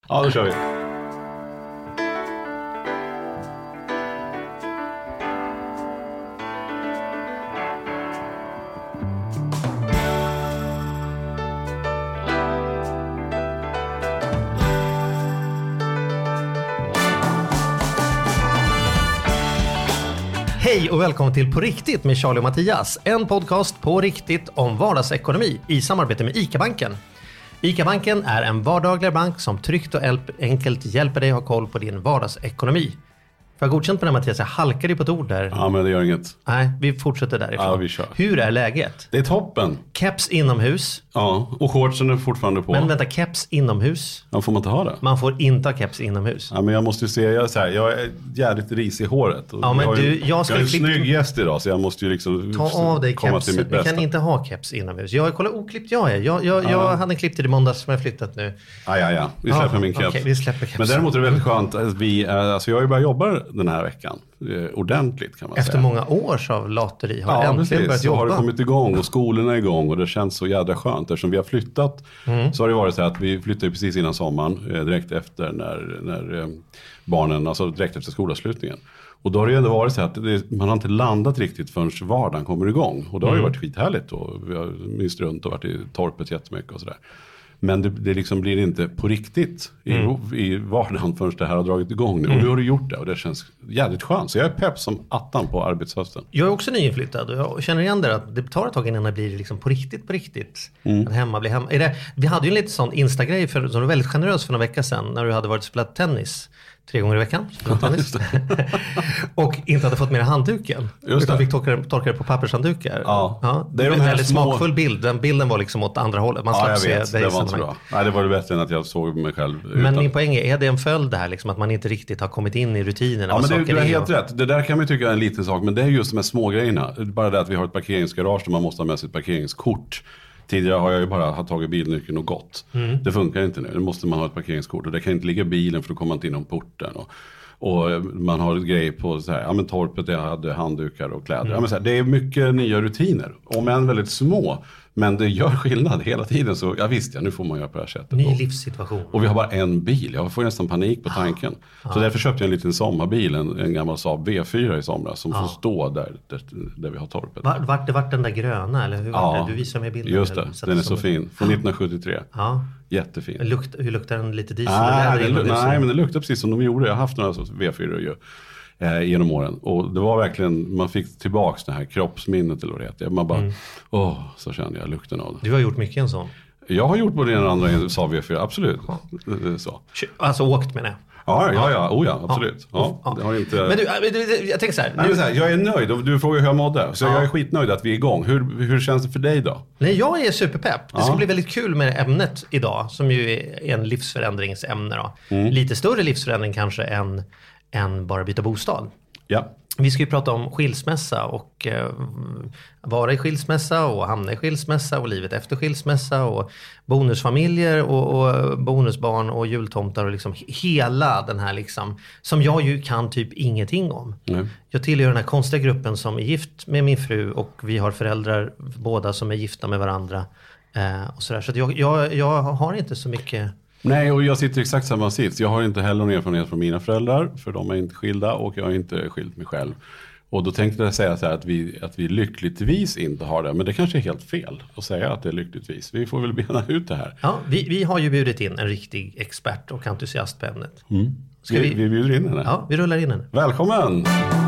Ja, då kör vi. Hej och välkommen till På riktigt med Charlie och Mattias. En podcast på riktigt om vardagsekonomi i samarbete med ICA-banken. ICA-banken är en vardaglig bank som tryggt och enkelt hjälper dig att ha koll på din vardagsekonomi. Får jag godkänt på det, Mattias? Jag halkade på ett ord där. Ja, men det gör inget. Nej, vi fortsätter därifrån. Ja, vi kör. Hur är läget? Det är toppen. Keps inomhus. Ja, och shortsen är fortfarande på. Men vänta, keps inomhus? Ja, får man inte ha det? Man får inte ha keps inomhus. Ja, men jag måste ju se, jag är jävligt risig i håret. Och ja, men jag är en snygg gäst idag, så jag måste ju liksom ta av dig komma keps. till mitt Vi bästa. kan inte ha keps inomhus. Kolla oklippt jag är. Jag hade en klipp till i måndags som jag flyttat nu. Ja. Vi släpper min keps. Okej, vi släpper keps. Men däremot är det väldigt skönt att jag har ju börjat jobba den här veckan. Ordentligt kan man säga. Efter många års av lateri har jag äntligen börjat jobba. Så har det kommit igång och skolorna är igång och det känns så jädra skönt. Eftersom vi har flyttat så har det varit så att vi flyttade precis innan sommaren, direkt efter när barnen, alltså direkt efter skolavslutningen. Och då har det ju ändå varit så att man har inte landat riktigt förrän vardagen kommer igång. Och då har det varit skithärligt och vi har minst runt och varit i torpet jättemycket och sådär. Men det liksom blir inte på riktigt i vardagen förrän det här har dragit igång nu. Och nu har du gjort det och det känns jävligt skönt. Så jag är pepp som attan på arbetshösten. Jag är också nyinflyttad och jag känner igen det att det tar ett tag innan det blir liksom på riktigt. Att hemma blir hemma. Vi hade ju en lite sån Insta-grej som var väldigt generös för några veckor sedan när du hade varit och spelat tennis 3 gånger i veckan. Och inte hade fått med handduken. Utan fick torka det på pappershanddukar. Ja. Det är en väldigt smakfull bild. Den bilden var liksom åt andra hållet. Man slapp se det var inte bra. Nej, det var det bättre än att jag såg mig själv utan. Men min poäng är det en följd det här liksom, att man inte riktigt har kommit in i rutinerna? Ja, men du har helt rätt. Det där kan man tycka är en liten sak. Men det är just de här små grejerna. Bara det att vi har ett parkeringsgarage där man måste ha med sig ett parkeringskort. Tidigare har jag ju bara tagit bilnyckeln och gått. Det funkar inte nu. Nu måste man ha ett parkeringskort. Och det kan inte ligga i bilen för då kommer man inte inom porten. Och man har ett grej på så här, ja men torpet jag hade handdukar och kläder. Ja, men så här, det är mycket nya rutiner. Om än väldigt små. Men det gör skillnad hela tiden. Så ja visst, nu får man göra på det här sättet. Ny livssituation. Och vi har bara en bil. Jag får nästan panik på tanken. Så därför köpte jag en liten sommarbil. En gammal Saab V4 i somras. Som får stå där vi har torpet. Vart den där gröna? Eller hur var det? Du visar mig bilden. Just det, den är så fin. Från 1973. Ja. Jättefin. Hur luktar den? Lite diesel? Nej, men det luktar precis som de gjorde. Jag har haft några V4 ju. Genom åren. Och det var verkligen, man fick tillbaks det här kroppsminnet eller vad det heter. Man bara, så kände jag lukten av det. Du har gjort mycket en sån? Jag har gjort både den andra Saab V4, absolut. Så. Alltså åkt menar jag. Ja, absolut. Ja. Det har inte... Men du, jag tänker så här. Jag är nöjd och du frågar hur jag mådde. Så jag är skitnöjd att vi är igång. Hur känns det för dig då? Nej, jag är superpepp. Det ska bli väldigt kul med ämnet idag. Som ju är en livsförändringsämne då. Lite större livsförändring kanske än bara byta bostad. Ja. Vi ska ju prata om skilsmässa och vara i skilsmässa och hamna i skilsmässa och livet efter skilsmässa och bonusfamiljer och bonusbarn och jultomtar och liksom hela den här liksom, som jag ju kan typ ingenting om. Jag tillhör den här konstiga gruppen som är gift med min fru och vi har föräldrar båda som är gifta med varandra och sådär. Så att jag har inte så mycket... Nej, och jag sitter exakt samma sits. Jag har inte heller någon erfarenhet från mina föräldrar, för de är inte skilda och jag har inte skilt mig själv. Och då tänkte jag säga så här att vi lyckligtvis inte har det, men det kanske är helt fel att säga att det är lyckligtvis. Vi får väl bena ut det här. Ja, vi har ju bjudit in en riktig expert och entusiast på ämnet. Vi bjuder in henne. Ja, vi rullar in henne. Välkommen!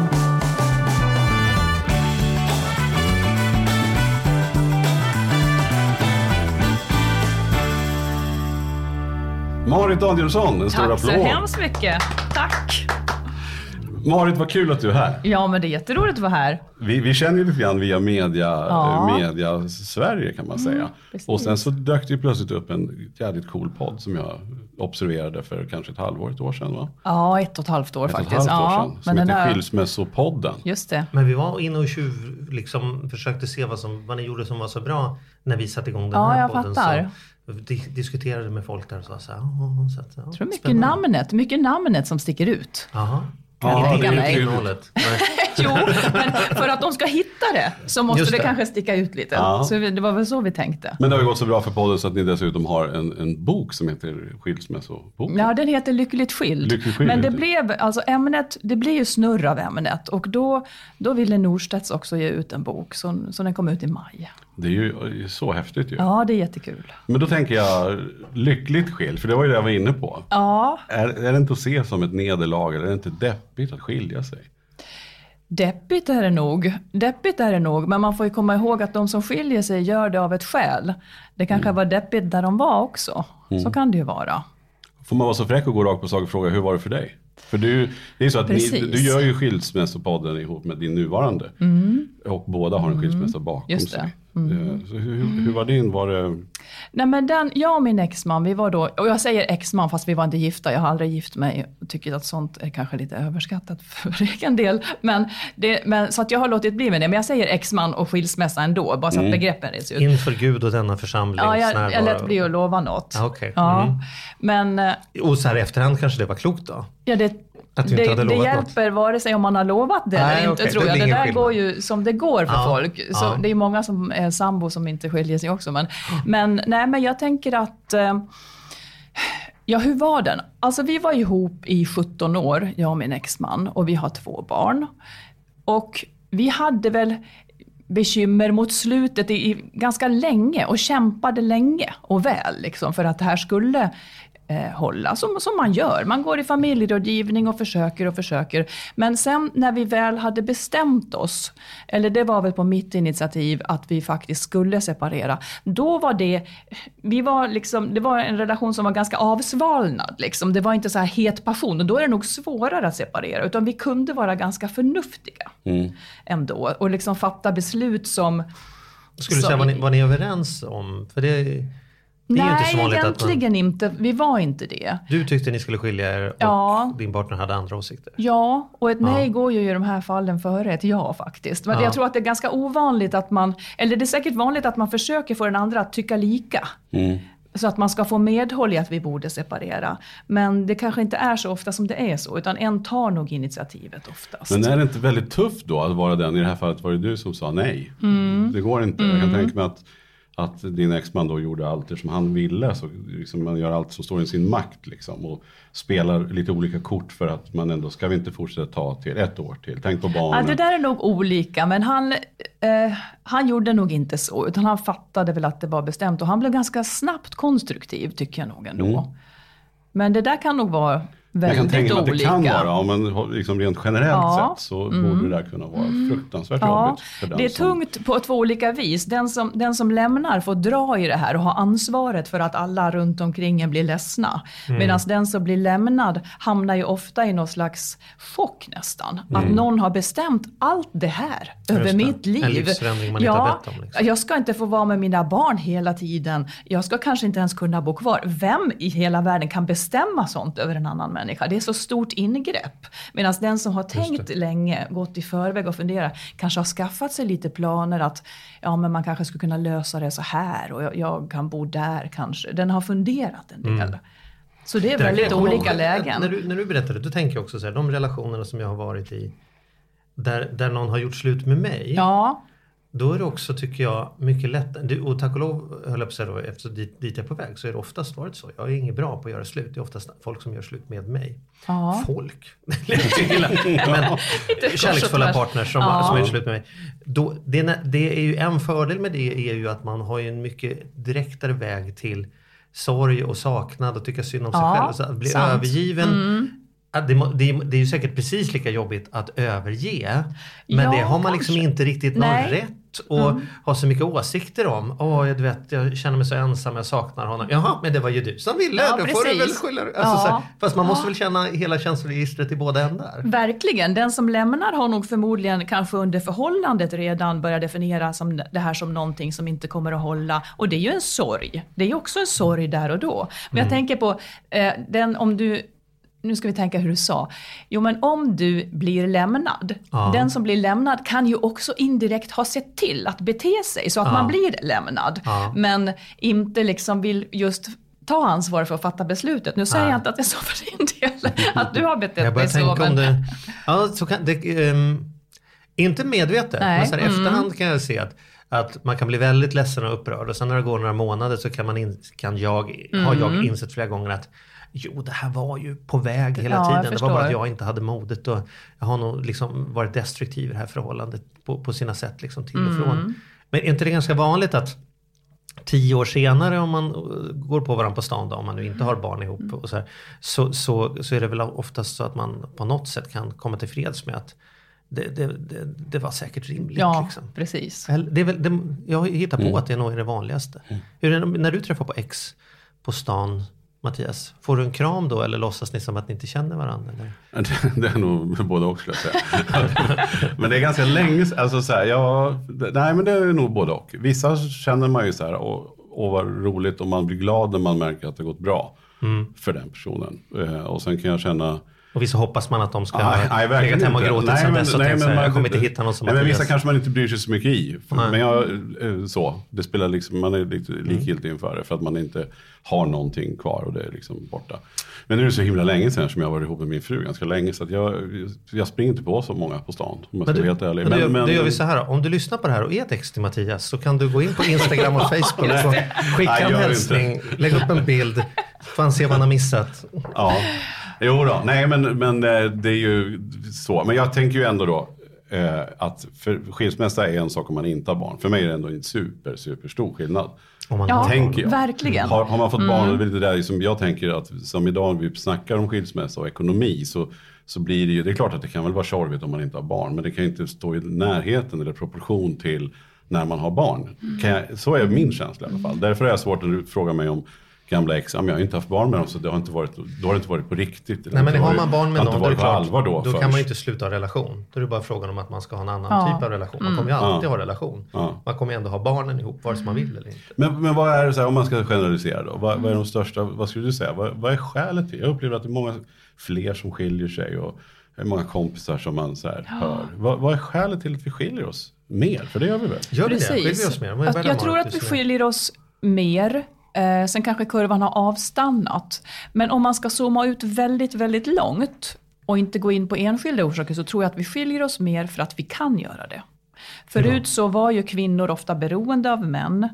Marit Danielsson, en stor applåd. Tack så hemskt mycket. Tack. Marit, vad kul att du är här. Ja, men det är jätteroligt att vara här. Vi känner ju lite grann via media Sverige kan man säga. Och sen så dök det ju plötsligt upp en jävligt cool podd som jag observerade för kanske ett år sedan, va? Ja, 1,5 år faktiskt. 1,5 år sedan, ja, som heter Skilsmässopodden. Just det. Men vi var inne och liksom försökte se vad ni gjorde som var så bra när vi satte igång den här podden. Ja, jag fattar. Diskuterade med folk där och sa så här. Jag tror mycket namnet som sticker ut. Jaha. Ja, Inte innehållet. Jo, men för att de ska hitta det så måste det kanske sticka ut lite. Ja. Så det var väl så vi tänkte. Men det har ju gått så bra för podden så att ni dessutom har en bok som heter Skilsmässoboken. Ja, den heter Lyckligt skild. Lyckligt skild Men det heter blev, alltså ämnet, det blir ju snurr av ämnet. Och då ville Norstedts också ge ut en bok. Så den kom ut i maj. Det är ju så häftigt ju. Ja, det är jättekul. Men då tänker jag, lyckligt skild, för det var ju det jag var inne på. Ja. Är det inte att se som ett nederlag, eller är det inte deppigt att skilja sig? Deppigt är det nog, men man får ju komma ihåg att de som skiljer sig gör det av ett skäl. Det kanske var deppigt där de var också. Så kan det ju vara. Får man vara så fräck och gå rakt på sak och fråga, hur var det för dig? För det är så att du gör ju skilsmässopodden ihop med din nuvarande. Och båda har en skilsmässa bakom sig. Så hur var din? Var det... Nej, men jag och min exman, vi var då, och jag säger exman fast vi var inte gifta, jag har aldrig gift mig och tycker att sånt är kanske lite överskattat för egen del. Men så att jag har låtit bli med det, men jag säger exman och skilsmässa ändå, bara så att begreppen reds ut. Inför Gud och denna församling. Ja, jag lät bli att lova något. Okay. Ja, men... Och så här i efterhand kanske det var klokt då? Ja, det hjälper vare sig om man har lovat det eller inte, tror jag. Det där går ju som det går för folk. Så det är många som är sambo som inte skiljer sig också. Men jag tänker att... Ja, hur var den? Alltså vi var ihop i 17 år, jag och min exman. Och vi har 2 barn. Och vi hade väl bekymmer mot slutet i ganska länge. Och kämpade länge och väl liksom, för att det här skulle... hålla, som man gör. Man går i familjerådgivning och försöker. Men sen när vi väl hade bestämt oss, eller det var väl på mitt initiativ att vi faktiskt skulle separera, då var det var en relation som var ganska avsvalnad. Liksom. Det var inte så här het passion och då är det nog svårare att separera, utan vi kunde vara ganska förnuftiga ändå och liksom fatta beslut som... Skulle du säga, var ni överens om? För det... Nej, egentligen inte. Vi var inte det. Du tyckte ni skulle skilja er och din partner hade andra åsikter. Ja, och ett nej går ju i de här fallen före ett ja faktiskt. Men jag tror att det är ganska ovanligt att eller det är säkert vanligt att man försöker få den andra att tycka lika. Så att man ska få medhåll i att vi borde separera. Men det kanske inte är så ofta som det är så, utan en tar nog initiativet oftast. Men är det inte väldigt tufft då att vara den? I det här fallet var det du som sa nej. Det går inte. Jag kan tänka mig att din exman då gjorde allt det som han ville, så liksom man gör allt som står i sin makt liksom, och spelar lite olika kort för att man ändå ska vi inte fortsätta ta till 1 år till. Tänk på barnen. Ja, det där är nog olika, men han gjorde nog inte så, utan han fattade väl att det var bestämt och han blev ganska snabbt konstruktiv, tycker jag nog ändå. Men det där kan nog vara väldigt olika. Jag kan tänka mig att det kan vara, om man liksom rent generellt sett så borde det där kunna vara fruktansvärt jobbigt för den. Det är tungt på 2 olika vis. Den som lämnar får dra i det här och ha ansvaret för att alla runt omkring en blir ledsna. Medan den som blir lämnad hamnar ju ofta i någon slags chock nästan. Att någon har bestämt allt det här över mitt liv. En livsförändring man inte har bett om. Liksom. Jag ska inte få vara med mina barn hela tiden. Jag ska kanske inte ens kunna bo kvar. Vem i hela världen kan bestämma sånt över en annan människa? Det är så stort ingrepp. Medan den som har tänkt länge, gått i förväg och funderat, kanske har skaffat sig lite planer att men man kanske skulle kunna lösa det så här och jag kan bo där kanske. Den har funderat en del. Så det är väldigt olika lägen. När du berättade, då tänker jag också så här, de relationerna som jag har varit i där någon har gjort slut med mig. Ja. Då är det också, tycker jag, mycket lättare. Och tack och lov, höll jag på att säga då, efter dit jag är på väg, så är det oftast varit så. Jag är inget bra på att göra slut. Det är oftast folk som gör slut med mig. Ja. Folk. Men kärleksfulla partners som gör slut med mig. Då, det är ju en fördel med det är ju att man har ju en mycket direktare väg till sorg och saknad och tycka synd om sig själv. Så att bli övergiven... Det är ju säkert precis lika jobbigt att överge. Men det har man liksom inte riktigt någon rätt och har så mycket åsikter om. Jag känner mig så ensam, jag saknar honom. Jaha, men det var ju du som ville. Då får du väl skylla. Fast man måste väl känna hela känsloregistret i båda ändar. Verkligen. Den som lämnar har nog förmodligen kanske under förhållandet redan börjat definiera som det här som någonting som inte kommer att hålla. Och det är ju en sorg. Det är ju också en sorg där och då. Men jag tänker på nu ska vi tänka hur du sa. Jo, men om du blir lämnad, den som blir lämnad kan ju också indirekt ha sett till att bete sig så att man blir lämnad. Men inte liksom vill just ta ansvar för att fatta beslutet. Nu säger jag inte att det är så för din del, att du har betett dig så. Om det. Ja, så kan det... Inte medvetet, men så här, efterhand kan jag se att man kan bli väldigt ledsen och upprörd. Och sen när det går några månader så har jag insett flera gånger att det här var ju på väg hela tiden. Det var bara att jag inte hade modet och jag har nog liksom varit destruktiv i det här förhållandet på sina sätt liksom till och från. Men är inte det ganska vanligt att 10 år senare om man går på varandra på stan då, om man nu inte har barn ihop och så är det väl oftast så att man på något sätt kan komma till freds med att det var säkert rimligt. Ja, liksom. Precis. Det är väl, jag hittar på att det nog är det vanligaste. Hur är det, när du träffar på ex på stan, Mattias, får du en kram då eller låtsas ni som att ni inte känner varandra? Eller? Det är nog både och, skulle jag säga. Men det är ganska länge, alltså så här, nej men det är nog både och. Vissa känner man ju så här, och vad roligt, och man blir glad när man märker att det gått bra för den personen. Och sen kan jag känna... Och vissa hoppas man att de ska lägga hem och gråta sen dess och tänka så här, jag kommer inte hitta någon som men vissa kanske man inte bryr sig så mycket i. Men det spelar liksom, man är lite likgiltig inför det för att man inte har någonting kvar och det är liksom borta. Men nu är det så himla länge sedan som jag var ihop med min fru ganska länge så att jag springer inte på så många på stan om jag ska vara helt ärlig. Men gör vi så här, om du lyssnar på det här och är ett ex till Mattias så kan du gå in på Instagram och Facebook och skicka en hälsning, lägga upp en bild, fan se vad han har missat. Ja. Jo då, nej men det är ju så. Men jag tänker ju ändå då att för skilsmässa är en sak om man inte har barn. För mig är det ändå en super stor skillnad. Tänker jag. Verkligen. Har man fått barn, och det där som jag tänker att som idag vi snackar om skilsmässa och ekonomi så blir det ju, det är klart att det kan väl vara tjorvigt om man inte har barn. Men det kan inte stå i närheten eller proportion till när man har barn. Så är min känsla i alla fall. Därför är det svårt att fråga mig om gamla ex, jag har inte haft barn med dem så det har inte varit, då har det inte varit på riktigt. Nej, men har man barn med någon, då kan man ju inte sluta ha relation. Då är det bara frågan om att man ska ha en annan typ av relation. Man kommer ju alltid ha relation. Man kommer ju ändå ha barnen ihop vare sig man vill eller inte. Men vad är det så här, om man ska generalisera då? Vad är de största, vad skulle du säga? Vad är skälet till? Jag upplever att det är många fler som skiljer sig och det är många kompisar som man så här hör. Vad är skälet till att vi skiljer oss mer? För det gör vi väl? Gör vi det? Skiljer vi oss mer? Jag tror att vi skiljer oss mer. Sen kanske kurvan har avstannat. Men om man ska zooma ut väldigt, väldigt långt och inte gå in på enskilda orsaker så tror jag att vi skiljer oss mer för att vi kan göra det. Förut så var ju kvinnor ofta beroende av män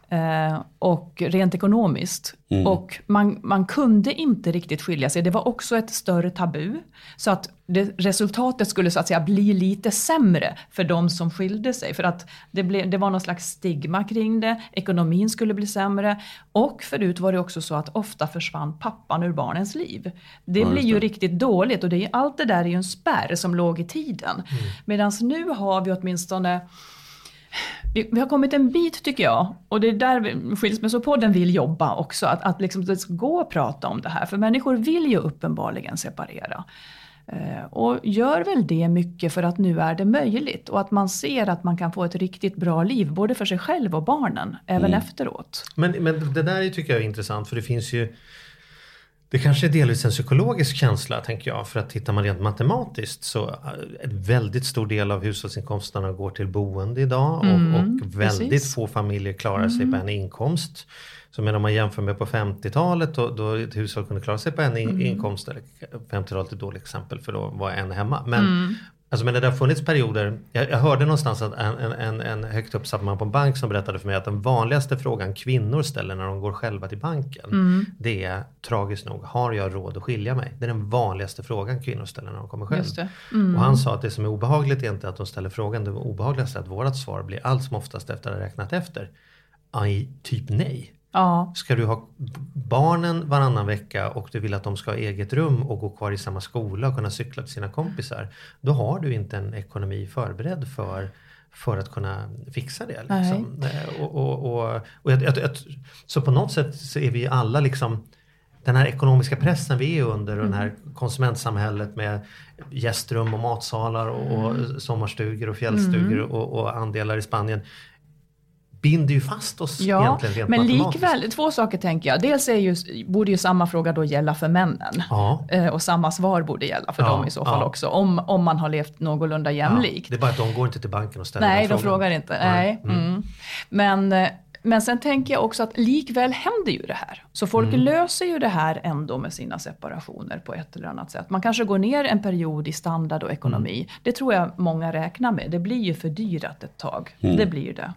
och rent ekonomiskt. Och man kunde inte riktigt skilja sig. Det var också ett större tabu. Så att resultatet skulle så att säga bli lite sämre för de som skilde sig. För att det var någon slags stigma kring det. Ekonomin skulle bli sämre. Och förut var det också så att ofta försvann pappan ur barnens liv. Det blir ju riktigt dåligt. Och allt det där är ju en spärr som låg i tiden. Medan nu har vi åtminstone... Vi har kommit en bit tycker jag, och det är där Skilsmässopodden vill jobba också, att liksom det ska gå att prata om det här, för människor vill ju uppenbarligen separera. Och gör väl det mycket för att nu är det möjligt och att man ser att man kan få ett riktigt bra liv både för sig själv och barnen även efteråt. Men det där tycker jag är intressant, för det finns ju, det kanske är delvis en psykologisk känsla tänker jag, för att tittar man rent matematiskt så en väldigt stor del av hushållsinkomsterna går till boende idag och väldigt få familjer klarar sig på en inkomst. Så om man jämför med på 50-talet då ett hushåll kunde klara sig på en inkomst, eller 50-talet är ett dåligt exempel för då var en hemma. Men alltså, men det har funnits perioder, jag hörde någonstans att en högt uppsatt man på en bank som berättade för mig att den vanligaste frågan kvinnor ställer när de går själva till banken, det är tragiskt nog, har jag råd att skilja mig? Det är den vanligaste frågan kvinnor ställer när de kommer själv. Och han sa att det som är obehagligt är inte att de ställer frågan, det obehagligaste är att vårat svar blir allt som oftast efter att ha räknat efter. Typ nej. Ja. Ska du ha barnen varannan vecka och du vill att de ska ha eget rum och gå kvar i samma skola och kunna cykla till sina kompisar, då har du inte en ekonomi förberedd för att kunna fixa det. Liksom. Så på något sätt så är vi alla liksom, den här ekonomiska pressen vi är under, och det här konsumentsamhället med gästrum och matsalar och sommarstugor och fjällstugor och andelar i Spanien, binder ju fast oss egentligen rent men matematiskt. Likväl, 2 saker tänker jag. Dels borde ju samma fråga då gälla för männen. Och samma svar borde gälla för dem i så fall också. Om man har levt någorlunda jämlikt. Det är bara att de går inte till banken och ställer Nej, den de frågar inte. Nej. Men Men sen tänker jag också att likväl händer ju det här. Så folk löser ju det här ändå med sina separationer på ett eller annat sätt. Man kanske går ner en period i standard och ekonomi. Det tror jag många räknar med. Det blir ju fördyrat ett tag. Det blir det.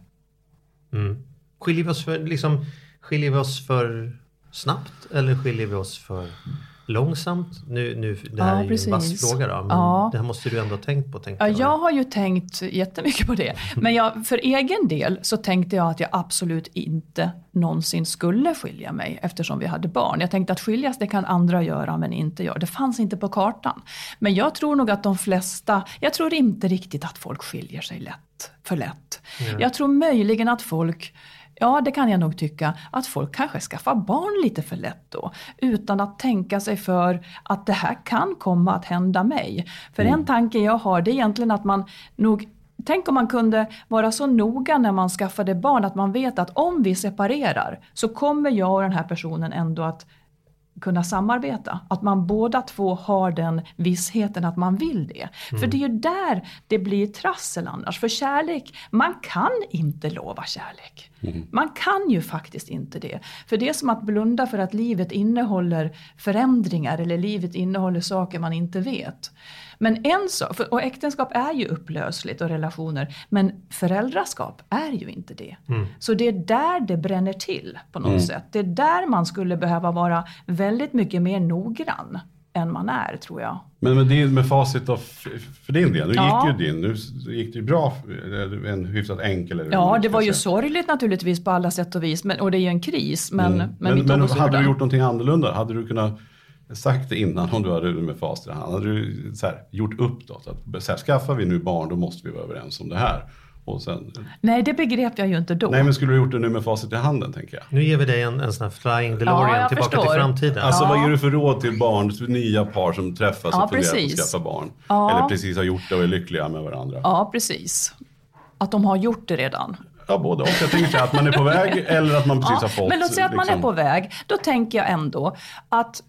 Skiljer vi oss för snabbt eller skiljer vi oss för långsamt? Nu det här är ju en vass fråga då, men det här måste du ändå ha tänkt på. Jag har ju tänkt jättemycket på det. Men för egen del så tänkte jag att jag absolut inte någonsin skulle skilja mig eftersom vi hade barn. Jag tänkte att skiljas det kan andra göra men inte jag. Det fanns inte på kartan. Men jag tror nog att de flesta, jag tror inte riktigt att folk skiljer sig för lätt. Jag tror möjligen att folk... Ja, det kan jag nog tycka, att folk kanske skaffar barn lite för lätt då. Utan att tänka sig för att det här kan komma att hända mig. För en tanke jag har, det är egentligen att man nog... Tänk om man kunde vara så noga när man skaffade barn att man vet att om vi separerar så kommer jag och den här personen ändå att kunna samarbeta. Att man båda två har den vissheten att man vill det. För det är ju där det blir trassel annars. För kärlek, man kan inte lova kärlek. Man kan ju faktiskt inte det. För det är som att blunda för att livet innehåller förändringar eller livet innehåller saker man inte vet. Men en sak, och äktenskap är ju upplösligt och relationer, men föräldraskap är ju inte det. Så det är där det bränner till på något sätt. Det är där man skulle behöva vara väldigt mycket mer noggrann än man är, tror jag. Men det med facit för din del, nu gick det ju bra, en hyfsat enkel... Ja, det var ju sorgligt naturligtvis på alla sätt och vis, och det är ju en kris. Men hade du gjort någonting annorlunda? Hade du kunnat sagt det innan om du hade med facit i hand? Hade du gjort upp då? Så här, skaffar vi nu barn, då måste vi vara överens om det här. Och sen... Nej, det begrep jag ju inte då. Nej, men skulle du gjort det nu med facit i handen, tänker jag? Nu ger vi dig en sån här flying DeLorean tillbaka till framtiden. Alltså, vad ger du för råd till barn, nya par som träffas och funderar på att skaffa barn? Eller precis har gjort det och är lyckliga med varandra? Ja, precis. Att de har gjort det redan. Ja, både och. Jag tänker att man är på väg eller att man precis har fått... Men låt säga att man är på väg. Då tänker jag ändå att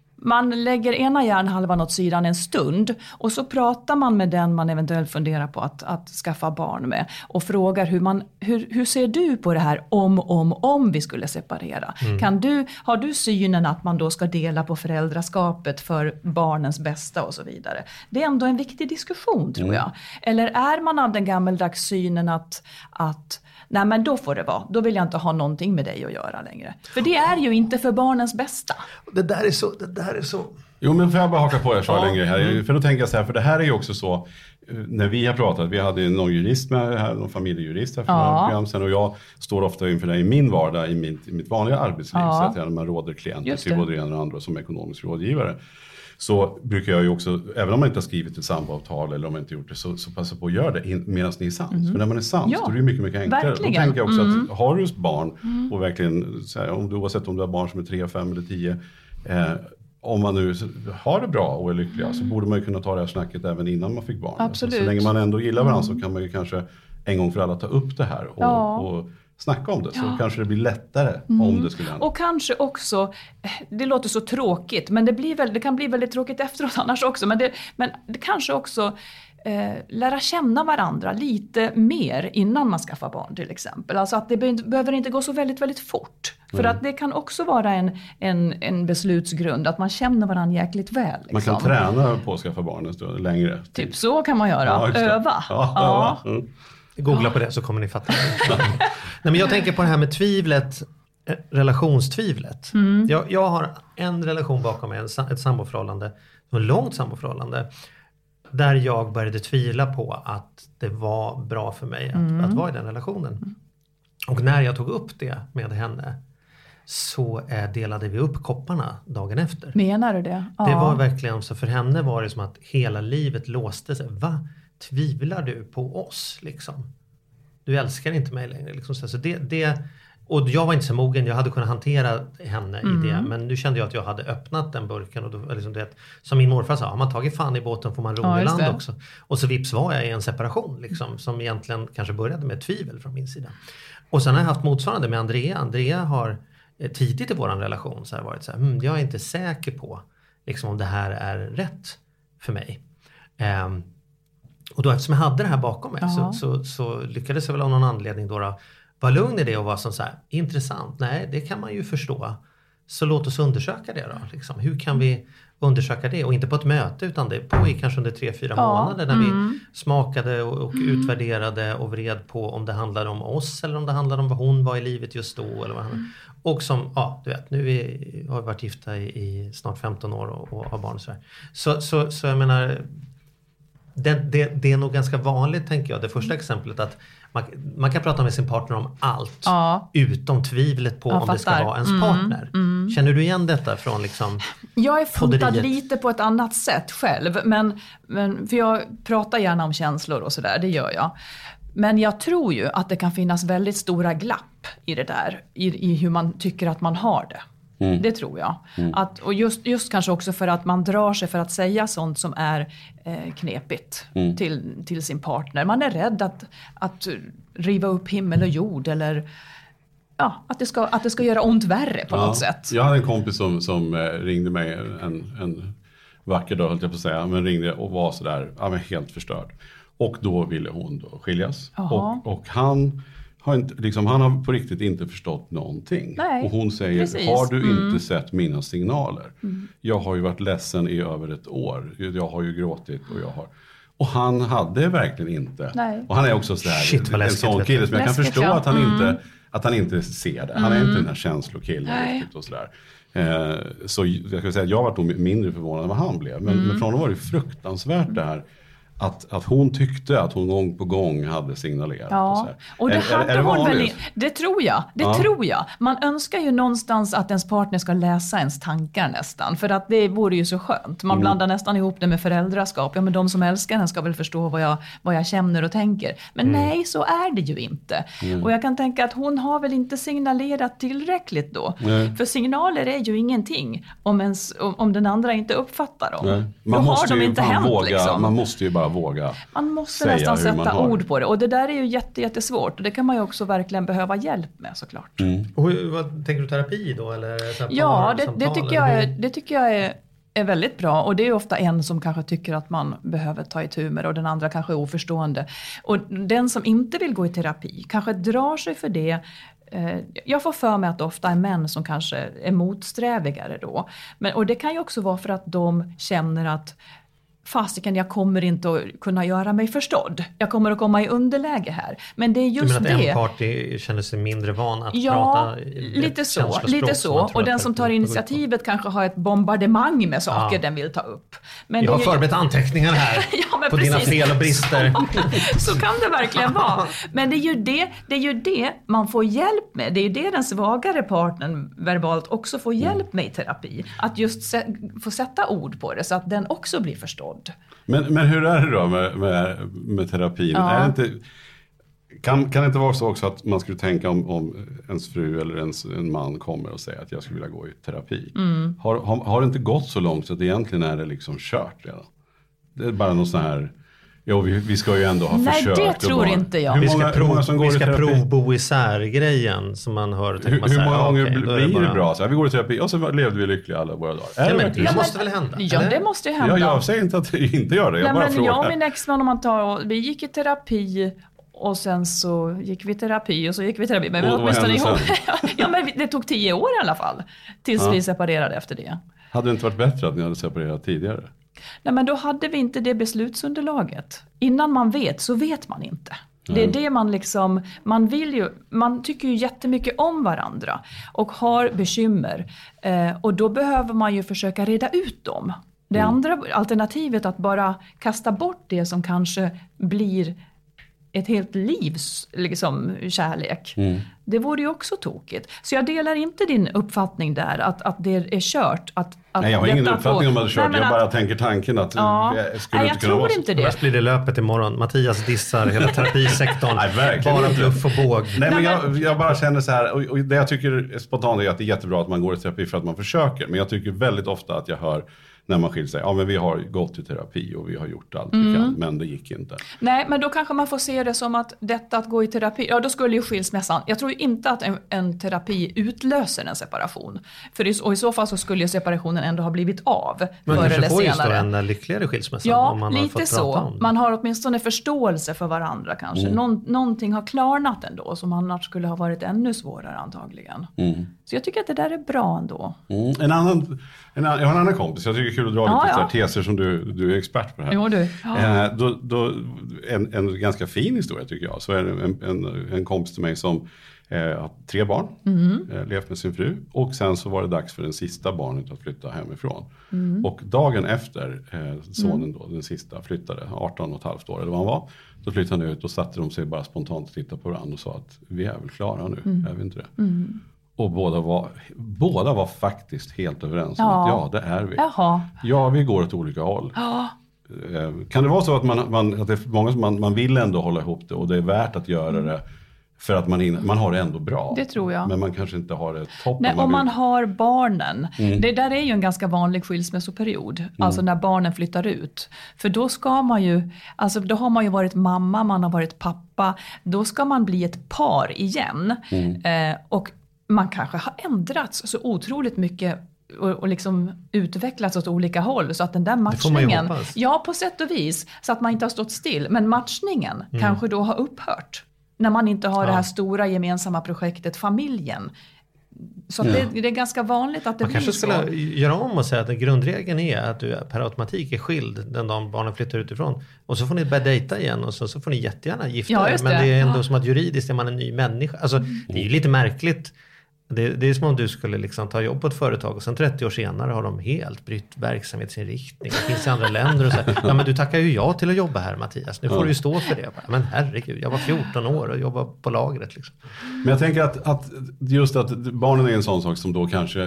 man lägger ena hjärnhalvan åt sidan en stund och så pratar man med den man eventuellt funderar på att skaffa barn med och frågar hur ser du på det här om vi skulle separera? Har du synen att man då ska dela på föräldraskapet för barnens bästa och så vidare? Det är ändå en viktig diskussion, tror jag. Eller är man av den gammeldags synen att nej, men då får det vara. Då vill jag inte ha någonting med dig att göra längre. För det är ju inte för barnens bästa. Det där är så... Jo, men får jag bara haka på en grej här. För då tänker jag så här, för det här är ju också så, när vi har pratat, vi hade någon jurist med här, någon familjejurist här för några program sedan, och jag står ofta inför det i min vardag, i mitt vanliga arbetsliv, så att jag man råder klienter till både det ena och andra som ekonomisk rådgivare. Så brukar jag ju också, även om man inte har skrivit ett samboavtal eller om man inte gjort det, så passa på att göra det medan ni är sams. För när man är sams, då är det mycket, mycket enklare. Verkligen. Då tänker jag också att har du barn och verkligen, så här, oavsett om du har barn som är 3, 5 eller 10, om man nu har det bra och är lyckliga, så borde man ju kunna ta det här snacket även innan man fick barn. Absolut. Så länge man ändå gillar varandra så kan man ju kanske en gång för alla ta upp det här och snacka om det, så kanske det blir lättare om det skulle hända. Och kanske också, det låter så tråkigt, men det kan bli väldigt tråkigt efteråt annars också, men det kanske också lära känna varandra lite mer innan man skaffar barn till exempel. Alltså att det behöver inte gå så väldigt, väldigt fort. För att det kan också vara en beslutsgrund, att man känner varandra jäkligt väl. Liksom. Man kan träna på att skaffa barn en stund längre. Typ så kan man göra. Öva. Ja. Googla på det så kommer ni fatta. Nej, men jag tänker på det här med tvivlet, relationstvivlet. Jag har en relation bakom mig, ett samboförhållande, ett långt samboförhållande, där jag började tvivla på att det var bra för mig att vara i den relationen. Och när jag tog upp det med henne så delade vi upp kopparna dagen efter. Menar du det? Ja. Det var verkligen så, för henne var det som att hela livet låste sig. Va? Tvivlar du på oss liksom? Du älskar inte mig längre liksom. Så och jag var inte så mogen, jag hade kunnat hantera henne i det, men nu kände jag att jag hade öppnat den burken och då, liksom det, som min morfar sa, har man tagit fan i båten får man ro i land också. Och så vips var jag i en separation liksom, som egentligen kanske började med tvivel från min sida. Och sen har jag haft motsvarande med Andrea. Andrea har tidigt i våran relation så här varit så här, jag är inte säker på liksom, om det här är rätt för mig. Och då eftersom jag hade det här bakom mig så lyckades jag väl av någon anledning då var lugn i det och var som så här, intressant, nej det kan man ju förstå. Så låt oss undersöka det då. Liksom. Hur kan vi undersöka det? Och inte på ett möte utan det pågick kanske under 3-4 månader när vi smakade och utvärderade och vred på om det handlade om oss eller om det handlade om vad hon var i livet just då. Eller vad och som, ja du vet, nu har vi varit gifta i snart 15 år och har barn och sådär. Så jag menar, det är nog ganska vanligt tänker jag, det första exemplet att man kan prata med sin partner om allt utom tvivlet på om det ska vara ens partner. Känner du igen detta från liksom jag är fotad lite på ett annat sätt själv. Men för jag pratar gärna om känslor och sådär, det gör jag. Men jag tror ju att det kan finnas väldigt stora glapp i det där. I hur man tycker att man har det. Det tror jag. Och just kanske också för att man drar sig för att säga sånt som är knepigt till sin partner. Man är rädd att riva upp himmel och jord eller att det ska göra ont värre på något sätt. Jag hade en kompis som ringde mig en vacker dag, höll jag på att säga, men ringde och var sådär helt förstörd. Och då ville hon då skiljas. Och han har på riktigt inte förstått någonting. Nej, och hon säger, precis. Har du inte sett mina signaler? Jag har ju varit ledsen i över ett år. Jag har ju gråtit och han hade verkligen inte. Nej. Och han är också sådär, en sån kille som jag kan förstå att han inte ser det. Han är inte den här känslokillen riktigt och sådär. Så jag ska säga att jag har varit nog mindre förvånad än vad han blev. Men från honom var det fruktansvärt det här. Att hon tyckte att hon gång på gång hade signalerat. Ja, och det hade hon väl. Det tror jag. Man önskar ju någonstans att ens partner ska läsa ens tankar nästan. För att det vore ju så skönt. Man blandar nästan ihop det med föräldraskap. Ja, men de som älskar en ska väl förstå vad jag känner och tänker. Men nej, så är det ju inte. Och jag kan tänka att hon har väl inte signalerat tillräckligt då. För signaler är ju ingenting om den andra inte uppfattar dem. Man måste har de inte hänt våga, liksom. Man måste ju bara våga. Man måste nästan sätta ord på det. Och det där är ju jättesvårt. Och det kan man ju också verkligen behöva hjälp med såklart. Och vad tänker du, terapi då? Eller det tycker jag är väldigt bra. Och det är ofta en som kanske tycker att man behöver ta itu med det. Och den andra kanske är oförstående. Och den som inte vill gå i terapi kanske drar sig för det. Jag får för mig att det ofta är män som kanske är motsträvigare då. Och det kan ju också vara för att de känner att fasiken, jag kommer inte att kunna göra mig förstådd. Jag kommer att komma i underläge här. Men det är just det. En part känner sig mindre van att prata lite så. Och den som tar initiativet kanske har ett bombardemang med saker den vill ta upp. Men jag har förberett anteckningar här på dina fel och brister. Så kan det verkligen vara. Men det är ju det man får hjälp med. Det är ju det den svagare partnern verbalt också får hjälp med i terapi. Att just få sätta ord på det så att den också blir förstådd. Men hur är det då med terapin? Ja. Är det inte, kan det inte vara så också att man skulle tänka om ens fru eller en man kommer och säger att jag skulle vilja gå i terapi. Har det inte gått så långt så att egentligen är det liksom kört redan? Det är bara någon sån här... Jo, vi ska ju ändå ha försökt. Nej, det tror inte jag. Vi ska provbo isär-grejen som man hör. Hur många gånger blir det bra? Så här, vi går i terapi och så levde vi lyckliga alla våra dagar. Det måste väl hända? Ja, det måste ju hända. Jag säger inte att det inte gör det. Jag och min exman, vi gick i terapi och sen så gick vi i terapi och så gick vi i terapi. Men men det tog 10 år i alla fall tills vi separerade efter det. Hade det inte varit bättre att ni hade separerat tidigare? Nej, men då hade vi inte det beslutsunderlaget. Innan man vet så vet man inte. Det är det man liksom, man tycker ju jättemycket om varandra och har bekymmer. Och då behöver man ju försöka reda ut dem. Det andra alternativet att bara kasta bort det som kanske blir ett helt livs liksom, kärlek. Det vore ju också tokigt. Så jag delar inte din uppfattning där att det är kört. Nej, jag har ingen uppfattning om att det är kört. Jag bara tänker tanken att jag tror inte det. Annars blir det löpet imorgon. Mattias dissar hela terapisektorn. Nej, bara bluff och båg. Nej, men jag bara känner så här. Och det jag tycker spontant är att det är jättebra att man går i terapi för att man försöker. Men jag tycker väldigt ofta att jag hör när man skiljer sig. Ja, men vi har gått i terapi och vi har gjort allt vi kan, men det gick inte. Nej, men då kanske man får se det som att detta att gå i terapi, ja då skulle ju skilsmässan, jag tror inte att en terapi utlöser en separation. Och i så fall så skulle ju separationen ändå ha blivit av förr eller senare. Man kanske får just en lyckligare skilsmässa. Ja, om man lite har fått så. prata om det. Man har åtminstone förståelse för varandra kanske. Någonting har klarnat ändå som annars skulle ha varit ännu svårare antagligen. Så jag tycker att det där är bra ändå. Jag har en annan kompis, jag tycker det är kul att dra lite teser som du är expert på det här. Jo, du. Ja. En ganska fin historia tycker jag. Så är det en kompis till mig som har 3 barn, levt med sin fru. Och sen så var det dags för den sista barnet att flytta hemifrån. Och dagen efter sonen då, den sista, flyttade, 18,5 år eller vad han var. Då flyttade han ut och satte de sig bara spontant och tittade på varandra och sa att vi är väl klara nu, är vi inte det? Och båda var faktiskt helt överens om att det är vi. Jaha. Ja, vi går åt olika håll. Ja. Kan det vara så att att det är många som man vill ändå hålla ihop det och det är värt att göra det för att man har det ändå bra? Det tror jag. Men man kanske inte har det toppen. Nej, om man har barnen. Det där är ju en ganska vanlig skilsmässoperiod. Alltså när barnen flyttar ut. För då ska man ju, alltså då har man ju varit mamma, man har varit pappa. Då ska man bli ett par igen. Och man kanske har ändrats så otroligt mycket och liksom utvecklats åt olika håll så att den där matchningen, ja på sätt och vis, så att man inte har stått still, men matchningen kanske då har upphört när man inte har det här stora gemensamma projektet familjen. Så att det är ganska vanligt att det blir så. Man kanske skulle göra om och säga att grundregeln är att du per automatik är skild den dagen barnen flyttar utifrån. Och så får ni börja dejta igen och så får ni jättegärna gifta er. Men det är ändå som att juridiskt är man en ny människa. Alltså det är ju lite märkligt. Det är som om du skulle liksom ta jobb på ett företag och sen 30 år senare har de helt brytt verksamhetsinriktning. Det finns i andra länder och så här. Ja, men du tackar ju ja till att jobba här, Mattias. Nu får du ju stå för det. Men herregud, jag var 14 år och jobbade på lagret liksom. Men jag tänker att just att barnen är en sån sak som då kanske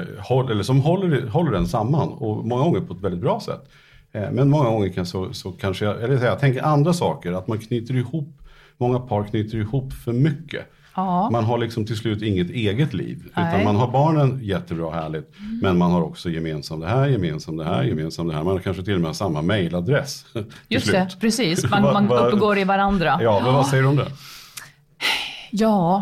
håller den samman och många gånger på ett väldigt bra sätt. Men många gånger så kanske jag tänker andra saker, att man knyter ihop, många par knyter ihop för mycket. Ja. Man har liksom till slut inget eget liv. Utan man har barnen jättebra härligt. Men man har också gemensamt det här. Man har kanske till och med samma mejladress. Just det, precis. Man uppgår i varandra. Ja, men vad säger du om det? Ja,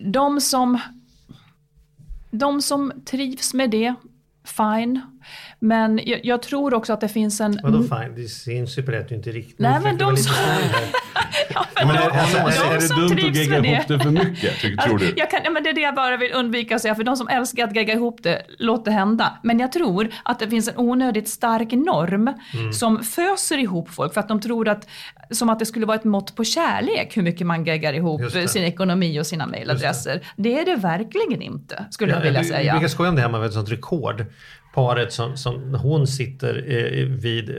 de som trivs med det, fine. Men jag tror också att det finns en... Vadå fine? Det syns ju på det att du inte riktigt... Nej, men de som... Men är det dumt att gegga ihop det för mycket, tror du? Men det är det jag bara vill undvika att säga. För de som älskar att gegga ihop det, låt det hända. Men jag tror att det finns en onödigt stark norm som föser ihop folk. För att de tror som att det skulle vara ett mått på kärlek hur mycket man geggar ihop sin ekonomi och sina mejladresser. Det är det verkligen inte, skulle jag vilja säga. Vi brukar skoja om det här med ett sånt rekord. Paret som hon sitter vid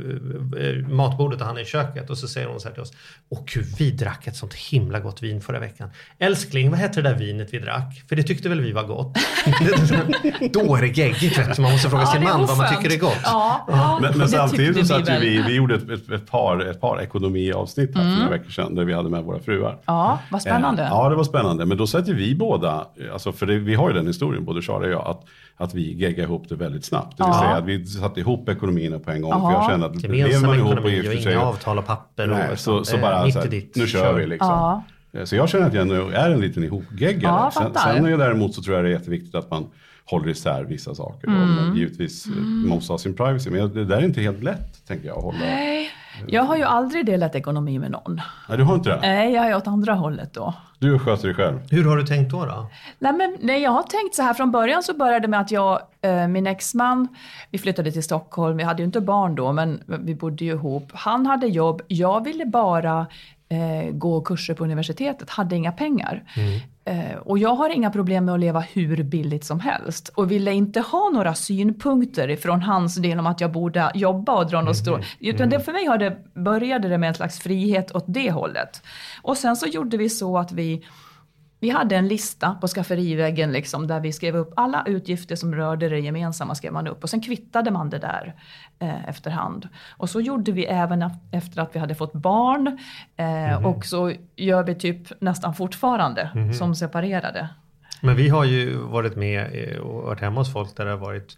matbordet och han är i köket och så säger hon så här till oss: åh gud, vi drack ett sånt himla gott vin förra veckan. Älskling, vad heter det där vinet vi drack? För det tyckte väl vi var gott. Då är det geggigt, vet du. Man måste fråga sin man vad man tycker är gott. Ja, men samtidigt så satt vi gjorde ett par ekonomiavsnitt för några veckor sedan där vi hade med våra fruar. Ja, vad spännande. Ja, det var spännande. Men då satt vi båda, alltså för vi har ju den historien, både Charlie och jag, att vi geggar ihop det väldigt snabbt. Det vill säga att vi satte ihop ekonomierna på en gång. För jag kände att lever man ihop och inga avtal och papper. Nej, så bara så här, nu kör vi liksom. Så jag känner att jag nu är en liten ihopgeggare. Sen är däremot så tror jag det är jätteviktigt att man håller isär vissa saker. Och givetvis måste ha sin privacy. Men det där är inte helt lätt, tänker jag, att hålla. Nej, jag har ju aldrig delat ekonomi med någon. Nej, du har inte det? Nej, jag är åt andra hållet då. Du sköter dig själv. Hur har du tänkt då? Nej, jag har tänkt så här. Från början så började det med att jag, min exman, vi flyttade till Stockholm. Vi hade ju inte barn då, men vi bodde ju ihop. Han hade jobb. Jag ville bara gå kurser på universitetet. Hade inga pengar. Och jag har inga problem med att leva hur billigt som helst. Och ville inte ha några synpunkter från hans del om att jag borde jobba och dra något stort. Utan det, för mig började det med en slags frihet åt det hållet. Och sen så gjorde vi så att vi hade en lista på skafferiväggen liksom, där vi skrev upp alla utgifter som rörde det gemensamma, skrev man upp. Och sen kvittade man det där efterhand. Och så gjorde vi även efter att vi hade fått barn. Och så gör vi typ nästan fortfarande som separerade. Men vi har ju varit med och varit hemma hos folk där det har varit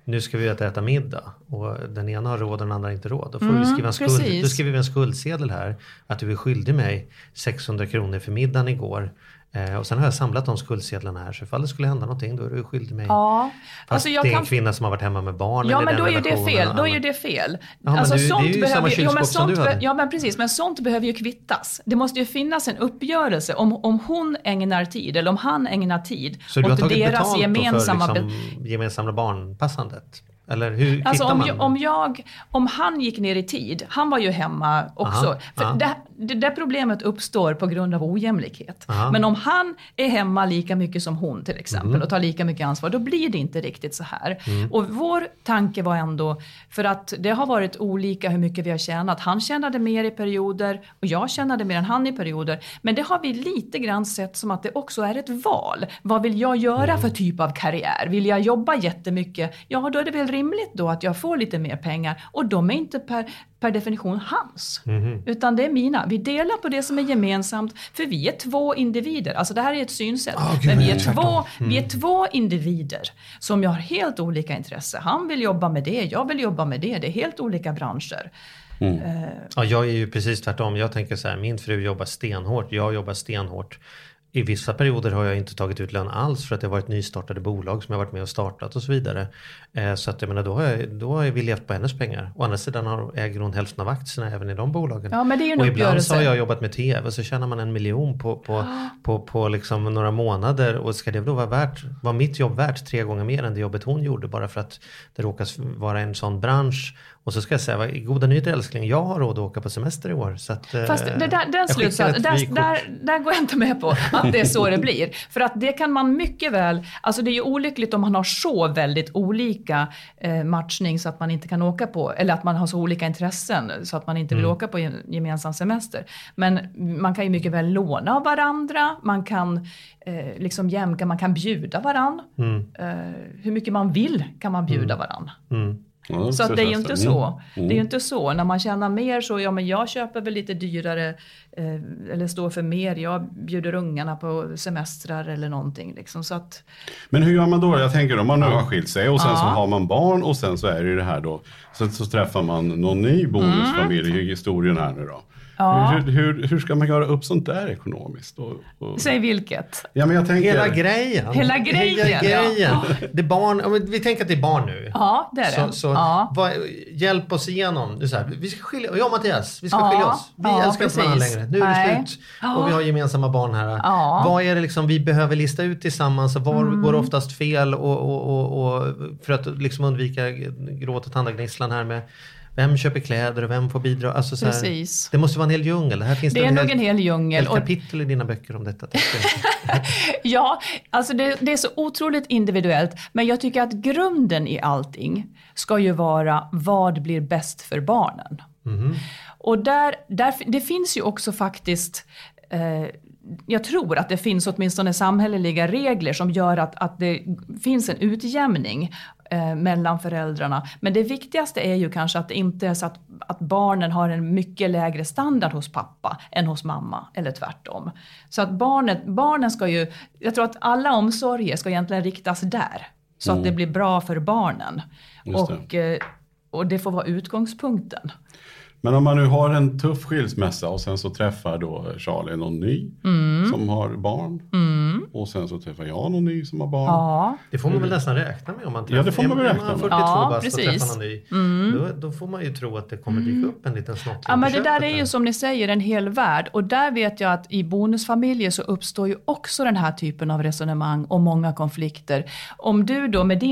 nu ska vi äta middag och den ena har råd och den andra inte råd. Då får vi skriva då skriver vi en skuldsedel här att du är skyldig mig 600 kronor för middagen igår. Och sen har jag samlat de skuldsedlarna här, så ifall det skulle hända någonting då är du skyldig mig. Ja. Fast alltså det är en kvinna som har varit hemma med barn. Ja, men då är ju det fel. Då är ju det fel. Ja, alltså, det är ju samma kylskåp som du hade. Ja, men precis. Men sånt behöver ju kvittas. Det måste ju finnas en uppgörelse om hon ägnar tid eller om han ägnar tid så åt deras gemensamma... Så du har tagit betalt för gemensamma barnpassandet? Eller hur alltså om han gick ner i tid, han var ju hemma också. För det problemet uppstår på grund av ojämlikhet. Men om han är hemma lika mycket som hon till exempel och tar lika mycket ansvar, då blir det inte riktigt så här. Och vår tanke var ändå, för att det har varit olika hur mycket vi har tjänat. Han tjänade mer i perioder och jag tjänade mer än han i perioder. Men det har vi lite grann sett som att det också är ett val. Vad vill jag göra för typ av karriär? Vill jag jobba jättemycket? Ja, då är det väl rimligt då att jag får lite mer pengar. Och de är inte per definition hans. Utan det är mina. Vi delar på det som är gemensamt. För vi är 2 individer. Alltså det här är ett synsätt. Men vi är 2 individer som har helt olika intresse. Han vill jobba med det. Jag vill jobba med det. Det är helt olika branscher. Ja, jag är ju precis tvärtom. Jag tänker så här, min fru jobbar stenhårt. Jag jobbar stenhårt. I vissa perioder har jag inte tagit ut lön alls för att det har varit nystartade bolag som jag har varit med och startat och så vidare. Så att jag menar, då har vi levt på hennes pengar. Å andra sidan äger hon hälften av aktierna även i de bolagen. Ja, men det är ju en och ibland så har jag jobbat med tv så tjänar man 1 miljon på liksom några månader. Och ska det då vara mitt jobb värt 3 gånger mer än det jobbet hon gjorde bara för att det råkar vara en sån bransch. Och så ska jag säga, goda nyheter älskling, jag har råd att åka på semester i år. Så att, fast den slutsatsen, där går jag inte med på att det är så det blir. För att det kan man mycket väl, alltså det är ju olyckligt om man har så väldigt olika matchning så att man inte kan åka på, eller att man har så olika intressen så att man inte vill åka på gemensam semester. Men man kan ju mycket väl låna av varandra, man kan liksom jämka, man kan bjuda varandra. Hur mycket man vill kan man bjuda varandra. Ja, så att det är ju inte så. Det är ju inte så. När man tjänar mer så, ja men jag köper väl lite dyrare eller står för mer. Jag bjuder ungarna på semestrar eller någonting liksom. Så att... Men hur gör man då? Jag tänker om man nu har skilt sig och sen så har man barn och sen så är det ju det här då. Sen så träffar man någon ny bonusfamilj i historien här nu då. Ja. Hur ska man göra upp sånt där ekonomiskt? Säg vilket? Ja, men jag tänker... Hela grejen. Ja. Det barn, vi tänker att det är barn nu. Ja, det är det. Så hjälp oss igenom. Det är så här, vi ska skilja, jag och Mattias, vi ska skilja oss. Vi älskar inte varandra längre. Nu är det slut. Och vi har gemensamma barn här. Vad är det liksom vi behöver lista ut tillsammans? Var går det oftast fel? Och för att liksom undvika gråt och tandagnisslan här med... Vem köper kläder och vem får bidra? Alltså så här, precis. Det måste vara en hel djungel. Här finns det är nog en hel djungel. Ett kapitel i dina böcker om detta. Ja, alltså det är så otroligt individuellt. Men jag tycker att grunden i allting ska ju vara vad blir bäst för barnen. Och det finns ju också faktiskt... jag tror att det finns åtminstone samhälleliga regler som gör att det finns en utjämning mellan föräldrarna. Men det viktigaste är ju kanske att det inte är så att barnen har en mycket lägre standard hos pappa än hos mamma eller tvärtom. Så att barnen ska ju, jag tror att alla omsorger ska egentligen riktas där så att det blir bra för barnen. Och det får vara utgångspunkten. Men om man nu har en tuff skilsmässa och sen så träffar då Charlie någon ny som har barn. Och sen så träffar jag någon ny som har barn. Ja. Det får man väl nästan räkna med om man träffar. Ja, det får man väl räkna med. 42 bast och träffar någon ny. Då får man ju tro att det kommer dyka upp en liten snottling. Ja, men det där är ju som ni säger en hel värld. Och där vet jag att i bonusfamiljer så uppstår ju också den här typen av resonemang och många konflikter. Om du då med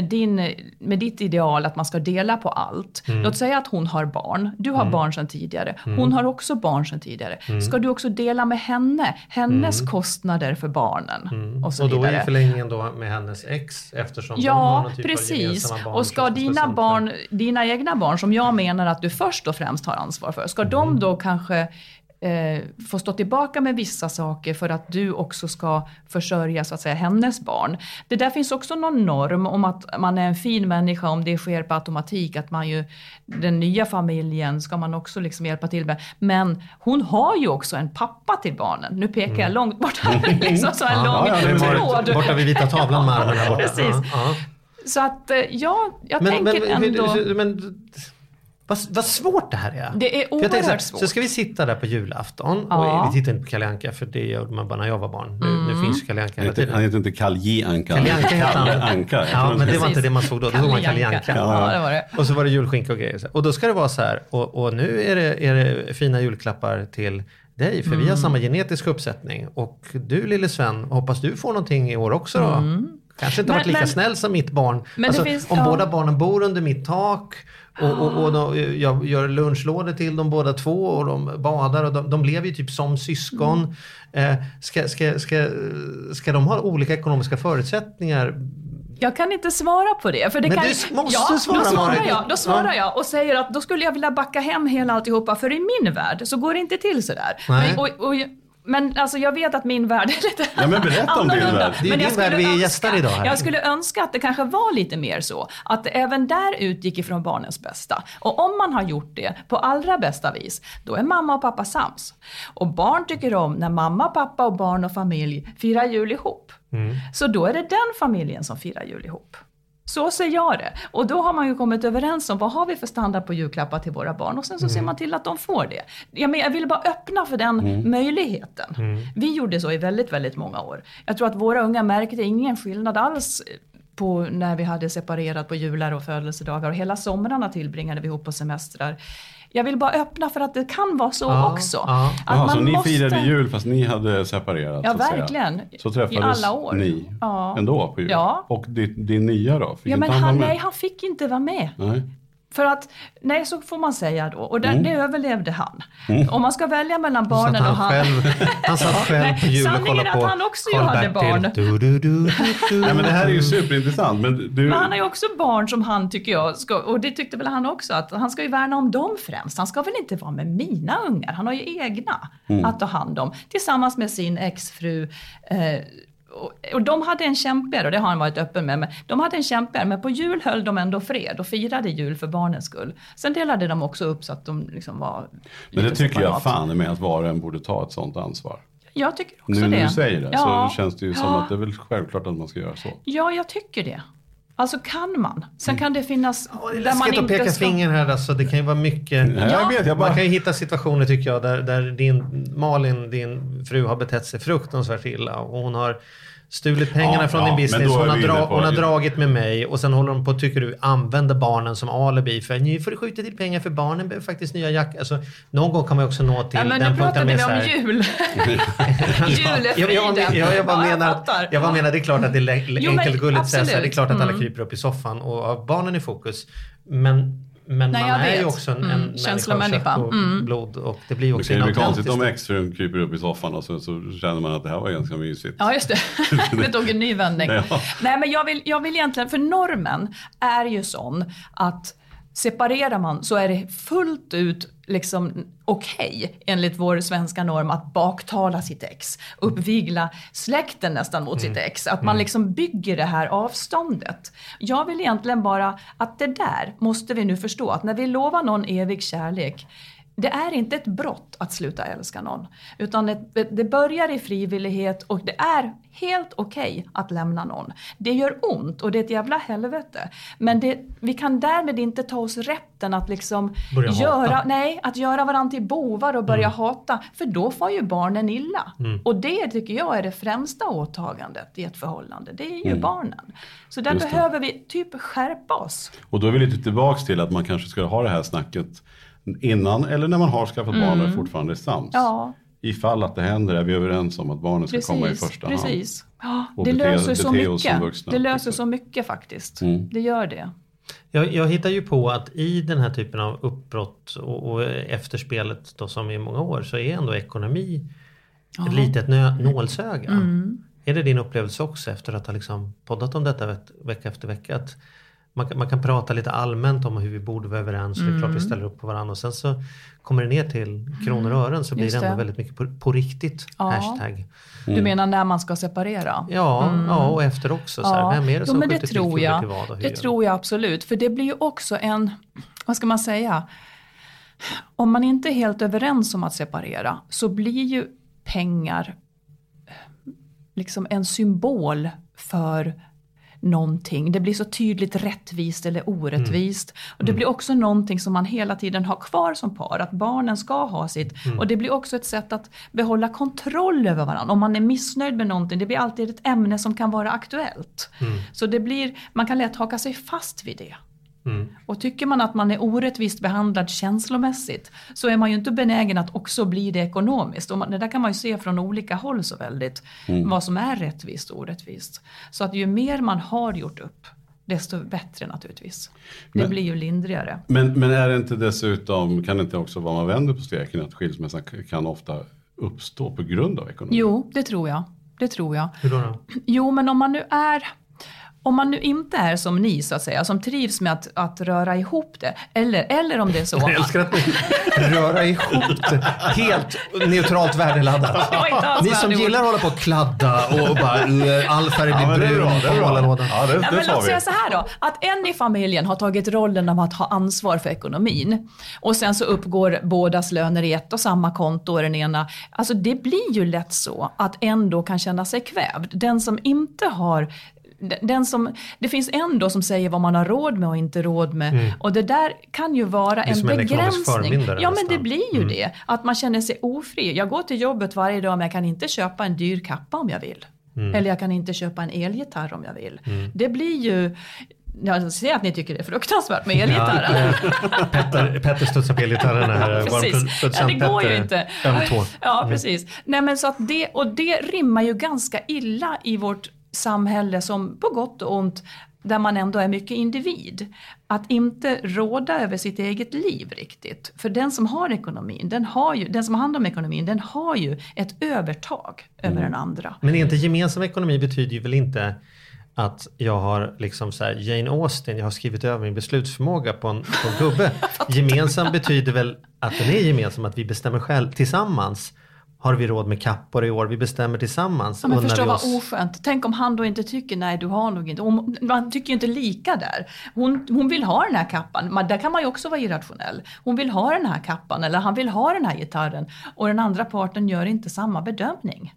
ditt ideal att man ska dela på allt. Låt säga att hon har barn. Du har barn sedan tidigare. Hon har också barn sedan tidigare. Ska du också dela med hennes kostnader för barnen och så vidare. Och då är förlängningen då med hennes ex eftersom de har någon typ av gemensamma barn. Och ska dina egna barn som jag menar att du först och främst har ansvar för, ska de då kanske få stå tillbaka med vissa saker för att du också ska försörja så att säga hennes barn. Det där finns också någon norm om att man är en fin människa om det sker på automatik, att man ju den nya familjen ska man också liksom hjälpa till med. Men hon har ju också en pappa till barnen. Nu pekar jag långt bort här liksom så en lång tråd. Borta vid vita tavlan med armen här borta. Precis. Så att jag tänker ändå... Vad svårt det här är. Det är oerhört svårt. Så ska vi sitta där på julafton. Och vi tittar inte på Kalle Anka, för det gjorde man bara när jag var barn. Nu finns ju Kalle Anka hela tiden. Han heter inte Kalle Anka. Kalle Anka heter han. Anka. Ja, men det var inte det man såg då. Då såg man Kalle Anka. Ja, det var det. Och så var det julskinka och grejer. Och då ska det vara så här. Och nu är det fina julklappar till dig. För vi har samma genetiska uppsättning. Och du, lille Sven, hoppas du får någonting i år också då. Kanske inte varit lika snäll som mitt barn. Men alltså, om båda barnen bor under mitt tak och jag gör lunchlådor till dem båda två och de badar och de lever ju typ som syskon. Ska de ha olika ekonomiska förutsättningar? Jag kan inte svara på det. För det men kan, du måste svara. Då svarar jag och säger att då skulle jag vilja backa hem hela alltihopa. För i min värld så går det inte till sådär. Men alltså jag vet att min värld är lite men berätta om din värld. Det är din värld vi är gäster idag här. Jag skulle önska att det kanske var lite mer så. Att det även där utgick ifrån barnens bästa. Och om man har gjort det på allra bästa vis, då är mamma och pappa sams. Och barn tycker om när mamma, pappa och barn och familj firar jul ihop. Så då är det den familjen som firar jul ihop. Så ser jag det. Och då har man ju kommit överens om vad har vi för standard på julklappar till våra barn. Och sen så ser man till att de får det. Jag vill bara öppna för den möjligheten. Vi gjorde så i väldigt, väldigt många år. Jag tror att våra unga märkte ingen skillnad alls på när vi hade separerat på jular och födelsedagar. Och hela somrarna tillbringade vi ihop på semestrar. Jag vill bara öppna för att det kan vara så också. Att man så ni måste... firade jul fast ni hade separerat? Ja, så verkligen. Så träffades i alla år. Ni ändå på jul? Ja. Och din nya då? Fick men han fick inte vara med. Nej. För att, så får man säga då. Och det överlevde han. Om man ska välja mellan barnen och han. Han satt själv på jul och kollade på att han också hade barn. Nej, men det här är ju superintressant. Men han har ju också barn som han tycker jag ska. Och det tyckte väl han också. Att han ska ju värna om dem främst. Han ska väl inte vara med mina ungar. Han har ju egna att ta hand om. Tillsammans med sin exfru. Och de hade en kämpe, och det har han varit öppen med. Men de hade en kämpe, men på jul höll de ändå fred och firade jul för barnens skull. Sen delade de också upp så att de liksom var. Men det tycker jag fan med att var och en borde ta ett sånt ansvar. Jag tycker också nu det. När du säger det så känns det ju som att det är väl självklart att man ska göra så. Ja, jag tycker det. Alltså kan man. Sen kan det finnas där man inte peka finger här alltså. Det kan ju vara mycket. Man kan ju hitta situationer tycker jag där Malin, din fru har betett sig fruktansvärt illa och hon har stulit pengarna från din business. Hon har dragit med mig och sen håller hon på, tycker du, använder barnen som alibi för nu får du skjuta till pengar för barnen behöver faktiskt nya jackor. Alltså, någon gång kan man också nå till den punkten med så här. Men nu pratar vi om jul. Jag menar det är klart att det är enkelt gulligt säga så här, det är klart att alla kryper upp i soffan och har barnen i fokus. Men man är ju också en känslomänniska och blod och det blir också det är konstigt om exfrun kryper upp i soffan och så känner man att det här var ganska mysigt. Ja, just det. Det tog en ny vändning. Nej, men jag vill egentligen, för normen är ju sån att separerar man så är det fullt ut liksom okej, enligt vår svenska norm att baktala sitt ex, uppvigla släkten nästan mot sitt ex, att man liksom bygger det här avståndet. Jag vill egentligen bara att det där måste vi nu förstå, att när vi lovar någon evig kärlek, det är inte ett brott att sluta älska någon. Utan det börjar i frivillighet och det är helt okej att lämna någon. Det gör ont och det är ett jävla helvete. Men vi kan därmed inte ta oss rätten att liksom göra varandra till bovar och börja hata. För då får ju barnen illa. Och det tycker jag är det främsta åtagandet i ett förhållande. Det är ju barnen. Så där behöver vi typ skärpa oss. Och då är vi lite tillbaka till att man kanske ska ha det här snacket innan eller när man har skaffat barn och fortfarande är sams. Ja. Ifall att det händer är vi överens om att barnen ska komma i första hand. Precis. Ja, det löser så mycket. Det löser så mycket faktiskt. Det gör det. Jag hittar ju på att i den här typen av uppbrott och efterspelet då, som i många år, så är ändå ekonomi ett litet nålsöga. Är det din upplevelse också efter att ha liksom poddat om detta vecka efter vecka? Att man kan prata lite allmänt om hur vi borde vara överens. Det är klart vi ställer upp på varandra. Och sen så kommer det ner till kronor och ören så blir det ändå väldigt mycket på riktigt. Hashtag. Du menar när man ska separera? Ja, och efter också. Så här, vem är det som men det tror jag. Till vad och hur? Det tror jag absolut. För det blir ju också vad ska man säga? Om man inte är helt överens om att separera så blir ju pengar liksom en symbol för någonting. Det blir så tydligt rättvist eller orättvist. Och det blir också någonting som man hela tiden har kvar som par. Att barnen ska ha sitt. Och det blir också ett sätt att behålla kontroll över varandra. Om man är missnöjd med någonting, det blir alltid ett ämne som kan vara aktuellt. Så man kan lätt haka sig fast vid det. Och tycker man att man är orättvist behandlad känslomässigt, så är man ju inte benägen att också bli det ekonomiskt. Och det där kan man ju se från olika håll så väldigt, vad som är rättvist och orättvist. Så att ju mer man har gjort upp, desto bättre naturligtvis. Det blir ju lindrigare. Men är det inte dessutom, kan det inte också vara man vänder på steken, att skilsmässan kan ofta uppstå på grund av ekonomi? Jo, det tror jag. Hur då? Jo, men om man nu inte är som ni så att säga, som trivs med att röra ihop det, eller om det är så. Jag älskar att ni röra ihop det. Helt neutralt värdeladdat. Ni som gillar att hålla på och kladda och bara all färg blir brun på alla lådan. Ja, det men låt säga så här då, att en i familjen har tagit rollen av att ha ansvar för ekonomin. Och sen så uppgår bådas löner i ett och samma konto och den ena. Alltså det blir ju lätt så att en då kan känna sig kvävd. Den som inte har... det finns en då som säger vad man har råd med och inte råd med. Och det där kan ju vara en begränsning. Ja, men det blir ju det. Att man känner sig ofri. Jag går till jobbet varje dag, men jag kan inte köpa en dyr kappa om jag vill. Eller jag kan inte köpa en elgitarr om jag vill. Det blir ju... Jag ser att ni tycker det är fruktansvärt med elgitarren. Petter studsar på elgitarren här. Precis. Det går ju inte. Ja, precis. Nej, men så att det rimmar ju ganska illa i vårt samhälle som på gott och ont, där man ändå är mycket individ. Att inte råda över sitt eget liv riktigt. För den som har ekonomin, den som har hand om ekonomin, den har ju ett övertag över den andra. Men inte gemensam ekonomi betyder ju väl inte att jag har liksom så här Jane Austen, jag har skrivit över min beslutsförmåga på en gubbe. Gemensam betyder väl att den är gemensam, att vi bestämmer själv tillsammans. Har vi råd med kappor i år? Vi bestämmer tillsammans. Ja, men förstå vad oskönt. Tänk om han då inte tycker, nej du har nog inte. Man tycker ju inte lika där. Hon vill ha den här kappan. Där kan man ju också vara irrationell. Hon vill ha den här kappan eller han vill ha den här gitarren. Och den andra parten gör inte samma bedömning.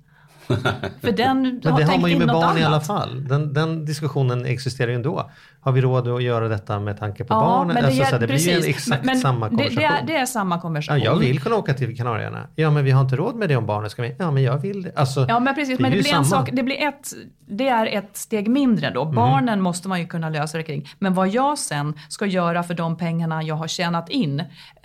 För men det har man ju med barn i alla fall. Den diskussionen existerar ju ändå. Har vi råd att göra detta med tanke på barnen? Men det blir ju exakt samma konversation. Det är samma konversation. Ja, jag vill kunna åka till Kanarieöarna. Ja, men vi har inte råd med det om barnen ska med. Ja, men jag vill det. Alltså, ja, men precis. Men det blir en sak. Det är ett steg mindre då. Barnen måste man ju kunna lösa det kring. Men vad jag sen ska göra för de pengarna jag har tjänat in,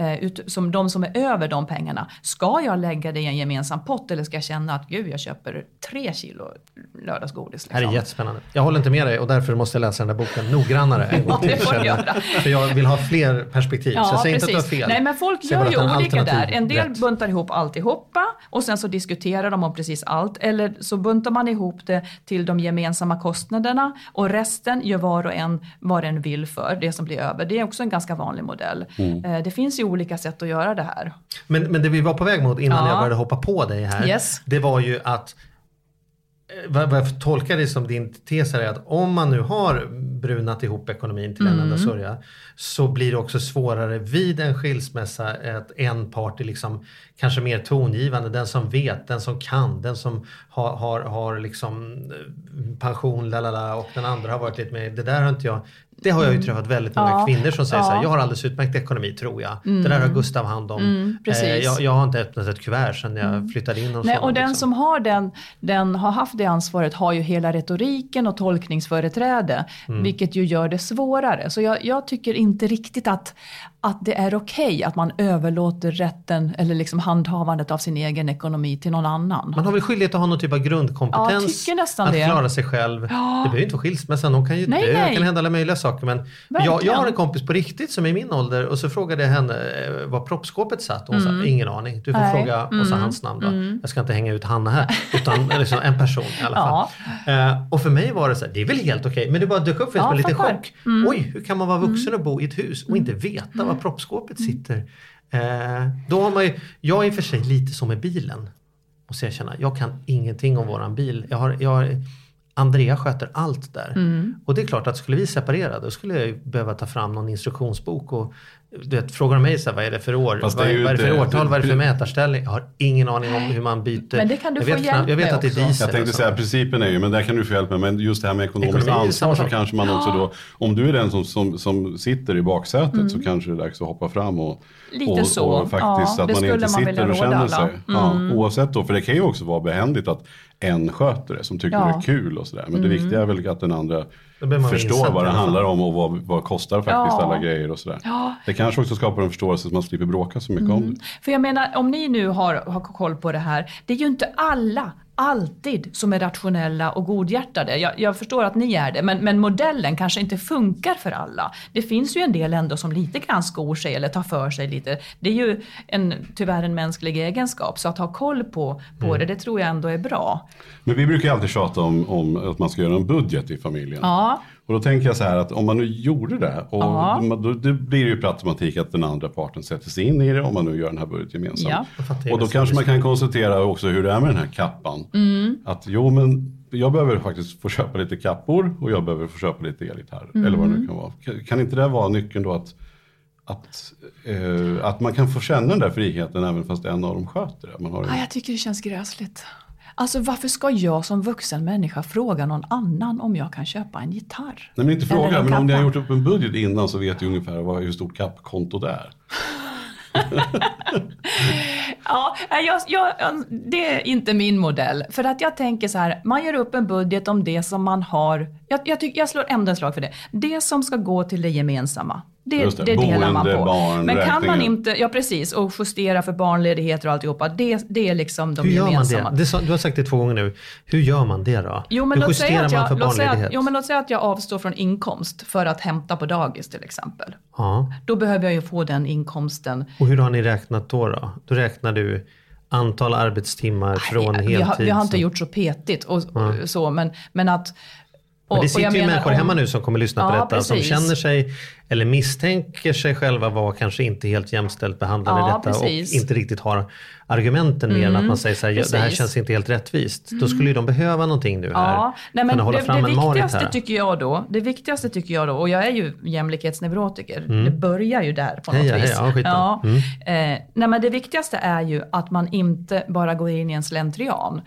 som de som är över de pengarna, ska jag lägga det i en gemensam pott eller ska jag känna att gud, jag köper 3 kilo lördagsgodis. Liksom. Det här är jättespännande. Jag håller inte med dig och därför måste jag läsa den där boken noggrannare en gång till. Det får du göra. För jag vill ha fler perspektiv. Så jag säger inte att du har fel. Nej, men folk gör ju olika där. En del buntar ihop alltihopa och sen så diskuterar de om precis allt. Eller så buntar man ihop det till de gemensamma kostnaderna och resten gör var och en vad den vill för det som blir över. Det är också en ganska vanlig modell. Det finns ju olika sätt att göra det här. Men det vi var på väg mot innan jag började hoppa på dig här, det var ju att vad jag tolkar det som din tes är att om man nu har brunat ihop ekonomin till en enda sörja, så blir det också svårare vid en skilsmässa att en part är liksom kanske mer tongivande, den som vet, den som kan, den som har liksom pension och den andra har varit lite med, det där har inte jag. Det har jag ju träffat väldigt många kvinnor som säger så här, jag har alldeles utmärkt ekonomi tror jag. Det där har Gustav hand om. Jag har inte öppnat ett kuvert sedan jag flyttade in. Och den som har den har haft det ansvaret har ju hela retoriken och tolkningsföreträde. Vilket ju gör det svårare. Så jag tycker inte riktigt att det är okej att man överlåter rätten eller liksom handhavandet av sin egen ekonomi till någon annan. Man har väl skyldighet att ha någon typ av grundkompetens att klara sig själv. Det behöver ju inte vara skilsmässa, de kan ju dö, det kan hända alla möjliga saker. Men jag har en kompis på riktigt som är i min ålder och så frågade jag henne var proppskåpet satt och hon sa, ingen aning, du får fråga och så hans namn då. Jag ska inte hänga ut Hanna här utan liksom en person i alla fall. Och för mig var det så här, det är väl helt okej, men det bara dök upp för en liten chock. Oj, hur kan man vara vuxen och bo i ett hus och inte veta var proppskåpet sitter? Då har man ju, jag är i och för sig lite som med bilen och så jag känner, jag kan ingenting om våran bil. Andrea sköter allt där. Och det är klart att skulle vi separera, då skulle jag behöva ta fram någon instruktionsbok och Frågar mig så här, vad är det för år? Vad är det för årtal? Vad är det för mätarställning? Jag har ingen aning om hur man byter. Men det kan du få hjälp med. Jag vet att det är diesel. Jag tänkte säga principen är ju, men där kan du få hjälp med. Men just det här med ekonomiskt ansvar så kanske man också då, om du är den som sitter i baksätet så kanske det är dags att hoppa fram och faktiskt att man inte sitter och känner sig. Oavsett då, för det kan ju också vara behändigt att en sköter det som tycker det är kul och sådär. Men det viktiga är väl att den andra förstår vad det handlar om och vad kostar faktiskt alla grejer och sådär. Ja. Det kanske också skapar en förståelse så man slipper bråka så mycket om det. För jag menar, om ni nu har koll på det här, det är ju inte alla alltid som är rationella och godhjärtade. Jag förstår att ni är det, men modellen kanske inte funkar för alla. Det finns ju en del ändå som lite grann skor sig eller tar för sig lite. Det är ju tyvärr en mänsklig egenskap, så att ha koll på det tror jag ändå är bra. Men vi brukar alltid tjata om att man ska göra en budget i familjen. Ja. Och då tänker jag så här att om man nu gjorde det och då blir det ju per automatik att den andra parten sätter sig in i det om man nu gör den här budgeten gemensamt. Ja. Och då kanske man kan konstatera också hur det är med den här kappan. Att men jag behöver faktiskt få köpa lite kappor och jag behöver få köpa lite elgitarrer eller vad det nu kan vara. Kan inte det vara nyckeln då att man kan få känna den där friheten även fast en av dem sköter det? Jag tycker det känns gräsligt. Alltså varför ska jag som vuxen människa fråga någon annan om jag kan köpa en gitarr? Nej, men inte fråga, men om ni har gjort upp en budget innan så vet du ungefär hur stort kappkonto det är. Det är inte min modell. För att jag tänker så här, man gör upp en budget om det som man har. Jag slår ändå en slag för det. Det som ska gå till det gemensamma. Det delar man på. Barn, men kan man inte, precis, och justera för barnledigheter och alltihopa, det är liksom de gemensamma. Du har sagt det 2 gånger nu. Hur gör man det då? Låt säga att jag avstår från inkomst för att hämta på dagis till exempel. Ja. Då behöver jag ju få den inkomsten. Och hur har ni räknat då? Då räknar du antal arbetstimmar från heltid. Vi har inte gjort så petigt och så, men att... Men det sitter ju människor hemma nu som kommer lyssna på detta precis. Som känner sig eller misstänker sig själva vara kanske inte helt jämställt behandlade i detta precis. Och inte riktigt har argumenten mer än att man säger så här, det här känns inte helt rättvist. Då skulle ju de behöva någonting nu här. Nej, men det viktigaste tycker jag då, och jag är ju jämlikhetsneurotiker, det börjar ju där på något vis. Nej, men det viktigaste är ju att man inte bara går in i en slentrian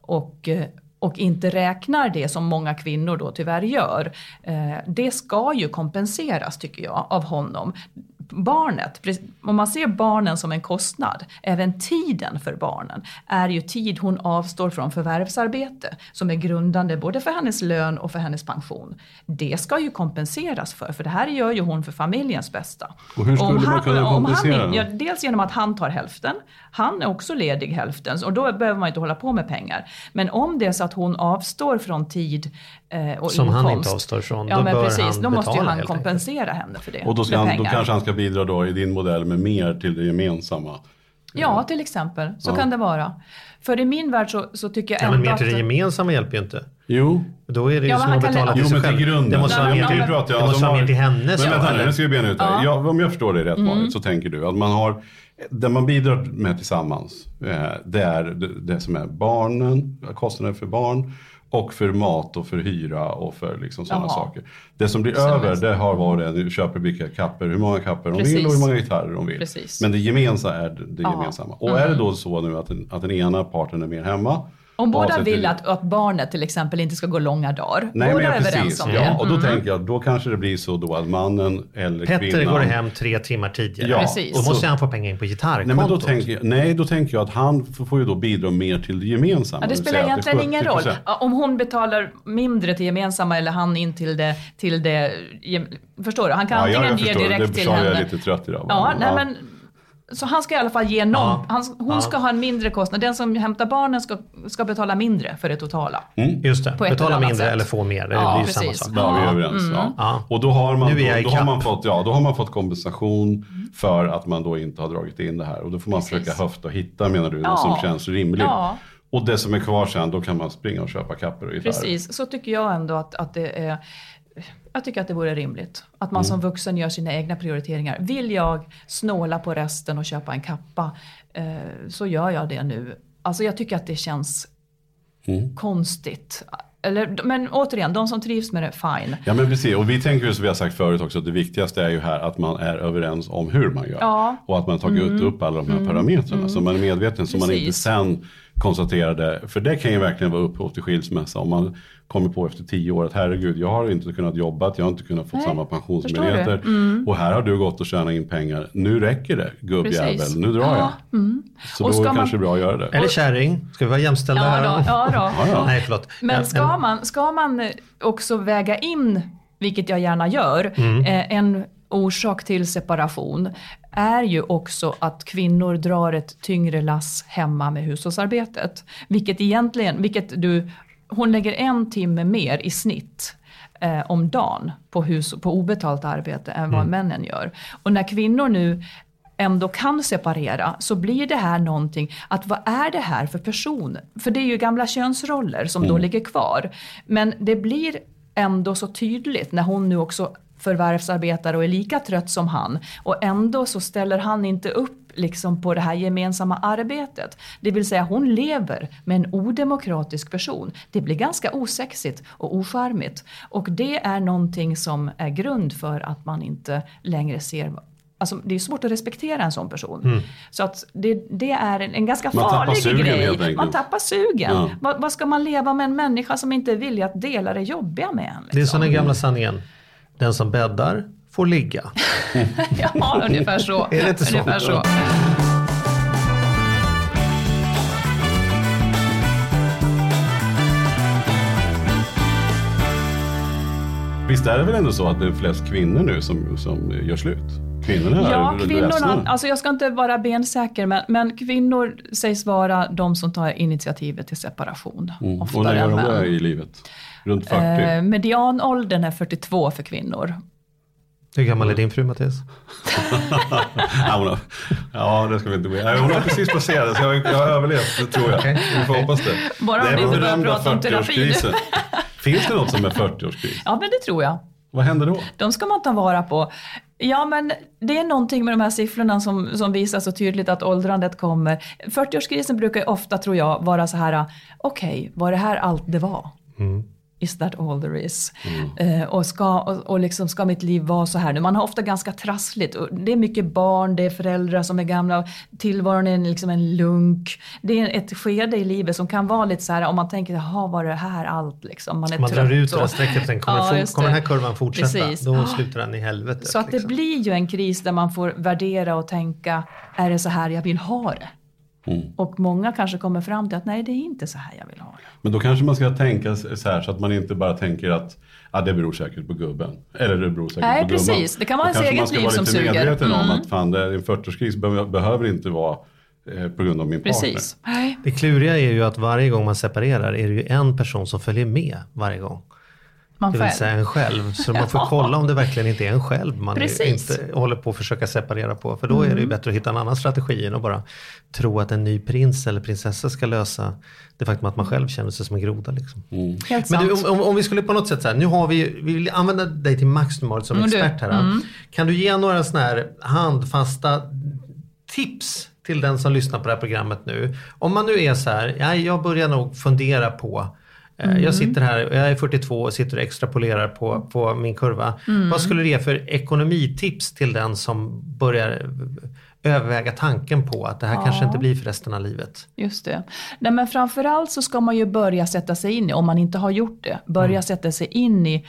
och inte räknar det som många kvinnor då tyvärr gör. Det ska ju kompenseras tycker jag av honom. Barnet, om man ser barnen som en kostnad, även tiden för barnen är ju tid hon avstår från förvärvsarbete som är grundande både för hennes lön och för hennes pension. Det ska ju kompenseras för det här gör ju hon för familjens bästa. Och hur skulle man kunna kompensera? Dels genom att han tar hälften, han är också ledig hälften och då behöver man inte hålla på med pengar. Men om det är så att hon avstår från tid och som inkomst, han inte avstår från, då måste ju han kompensera henne för det. Och då kanske han ska bidra då i din modell med mer till det gemensamma. Ja, till exempel. Så kan det vara. För i min värld så tycker jag ändå men mer till det gemensamma hjälper ju inte. Jo. Då är det ju som att betala till sig själv. Det måste vara mer till hennes. Men vänta, nu ska vi bena ut det. Om jag förstår det rätt Marit, så tänker du att man har det man bidrar med tillsammans, det är det som är barnen, kostnader för barn och för mat och för hyra och för liksom sådana saker. Det som blir över, det har varit du köper vilka kapper, hur många kapper de vill och hur många gitarrer de vill. Precis. Men det gemensamma är det gemensamma. Och är det då så nu att den ena parten är mer hemma? Om båda vill att barnet till exempel inte ska gå långa dagar. Nej, båda men är överens om det. Och då tänker jag, då kanske det blir så då att mannen eller Petter kvinnan... går hem 3 timmar tidigare. Ja, precis. Och måste han få pengar in på gitarrkontot. Då tänker jag att han får ju då bidra mer till det gemensamma. Ja, det spelar egentligen ingen roll. Om hon betalar mindre till gemensamma eller han in till det förstår du? Han kan antingen ge direkt till henne. Jag är lite trött idag. Men så han ska i alla fall ge någon. Hon ska ha en mindre kostnad. Den som hämtar barnen ska betala mindre för det totala. Just det. Betala mindre eller få mer. Det blir ju samma sak. Ja, vi är överens. Och då har man fått kompensation för att man då inte har dragit in det här. Och då får man försöka höfta och hitta, menar du, det som känns rimligt. Ja. Och det som är kvar sen, då kan man springa och köpa kapper och gitarrer. Precis, så tycker jag ändå att det är... Jag tycker att det vore rimligt. Att man som vuxen gör sina egna prioriteringar. Vill jag snåla på resten och köpa en kappa så gör jag det nu. Alltså jag tycker att det känns konstigt Men återigen, de som trivs med det, fine. Ja, men precis. Och vi tänker ju, som vi har sagt förut också, att det viktigaste är ju här att man är överens om hur man gör. Ja. Och att man har tagit upp alla de här parametrarna. Så man är medveten, så man inte sen konstaterade, för det kan ju verkligen vara upphov till skilsmässa om man kommer på efter 10 år att herregud, jag har inte kunnat jobba, jag har inte kunnat få samma pensionsmöjligheter och här har du gått och tjänat in pengar, nu räcker det, gubbjävel, nu drar jag. Så och då är det kanske bra att göra det. Eller kärring, ska vi vara jämställda här? Ja. Nej, förlåt. Men ska man också väga in, vilket jag gärna gör, en orsak till separation är ju också att kvinnor drar ett tyngre lass hemma med hushållsarbetet. Hon lägger 1 timme mer i snitt om dagen på obetalt arbete än vad männen gör. Och när kvinnor nu ändå kan separera så blir det här någonting att vad är det här för person? För det är ju gamla könsroller som då ligger kvar. Men det blir ändå så tydligt när hon nu också förvärvsarbetar och är lika trött som han. Och ändå så ställer han inte upp liksom på det här gemensamma arbetet. Det vill säga hon lever med en odemokratisk person. Det blir ganska osexigt och ocharmigt. Och det är någonting som är grund för att man inte längre ser... Alltså det är svårt att respektera en sån person. Så att det är en ganska farlig grej. Man tappar sugen. Ja. Vad ska man leva med en människa som inte är villig att dela det jobbiga med en? Liksom? Det är som den gamla sanningen. Den som bäddar får ligga. Ja, ungefär så. Är det inte så? Ungefär så. Visst är det väl ändå så att det är flest kvinnor nu som gör slut? Kvinnorna, alltså jag ska inte vara bensäker, men kvinnor sägs vara de som tar initiativet till separation. Och när gör de det i livet? Runt 40? Medianåldern är 42 för kvinnor. Hur gammal är din fru, Mattias? Ja, det ska vi inte gå in. Hon har precis passerat, så jag har överlevt, det tror jag. Okay. Vi får hoppas det. Bara om vi börjar prata om terapi. Finns det något som är 40-årskris? Ja, men det tror jag. Vad händer då? De ska man ta vara på. Ja, men det är någonting med de här siffrorna som visar så tydligt att åldrandet kommer. 40-årskrisen brukar ju ofta, tror jag, vara så här, okej, var det här allt det var? Is that all there is? Och liksom, ska mitt liv vara så här nu? Man har ofta ganska trassligt. Det är mycket barn, det är föräldrar som är gamla. Tillvaron är liksom en lunk. Det är ett skede i livet som kan vara lite så här, om man tänker, jaha, var det här allt? Liksom. Man drar ut det här strecket, sen kommer den här kurvan fortsätta. Precis. Då slutar den i helvetet. Så att det blir ju en kris där man får värdera och tänka, är det så här jag vill ha det? Och många kanske kommer fram till att nej, det är inte så här jag vill ha det. Men då kanske man ska tänka så här, så att man inte bara tänker att det beror säkert på gubben. Eller det beror säkert på gumman. Nej, precis. Det kan vara ens eget liv som suger. Man ska vara lite medveten om att fan, en 40-årskris behöver inte vara på grund av min precis. partner. Det kluriga är ju att varje gång man separerar är det ju en person som följer med varje gång. Det vill säga en själv. Så man får kolla om det verkligen inte är en själv man inte håller på att försöka separera på. För då är det ju bättre att hitta en annan strategi än att bara tro att en ny prins eller prinsessa ska lösa det faktum att man själv känner sig som en groda. Liksom. Men du, om vi skulle på något sätt så här, nu har vi vill använda dig till maximalt som expert här. Kan du ge några såna här handfasta tips till den som lyssnar på det här programmet nu? Om man nu är så här, jag börjar nog fundera på jag sitter här, jag är 42 och sitter och extrapolerar på min kurva. Vad skulle det ge för ekonomitips till den som börjar överväga tanken på att det här kanske inte blir för resten av livet? Just det. Nej, men framförallt så ska man ju börja sätta sig in i, om man inte har gjort det, börja sätta sig in i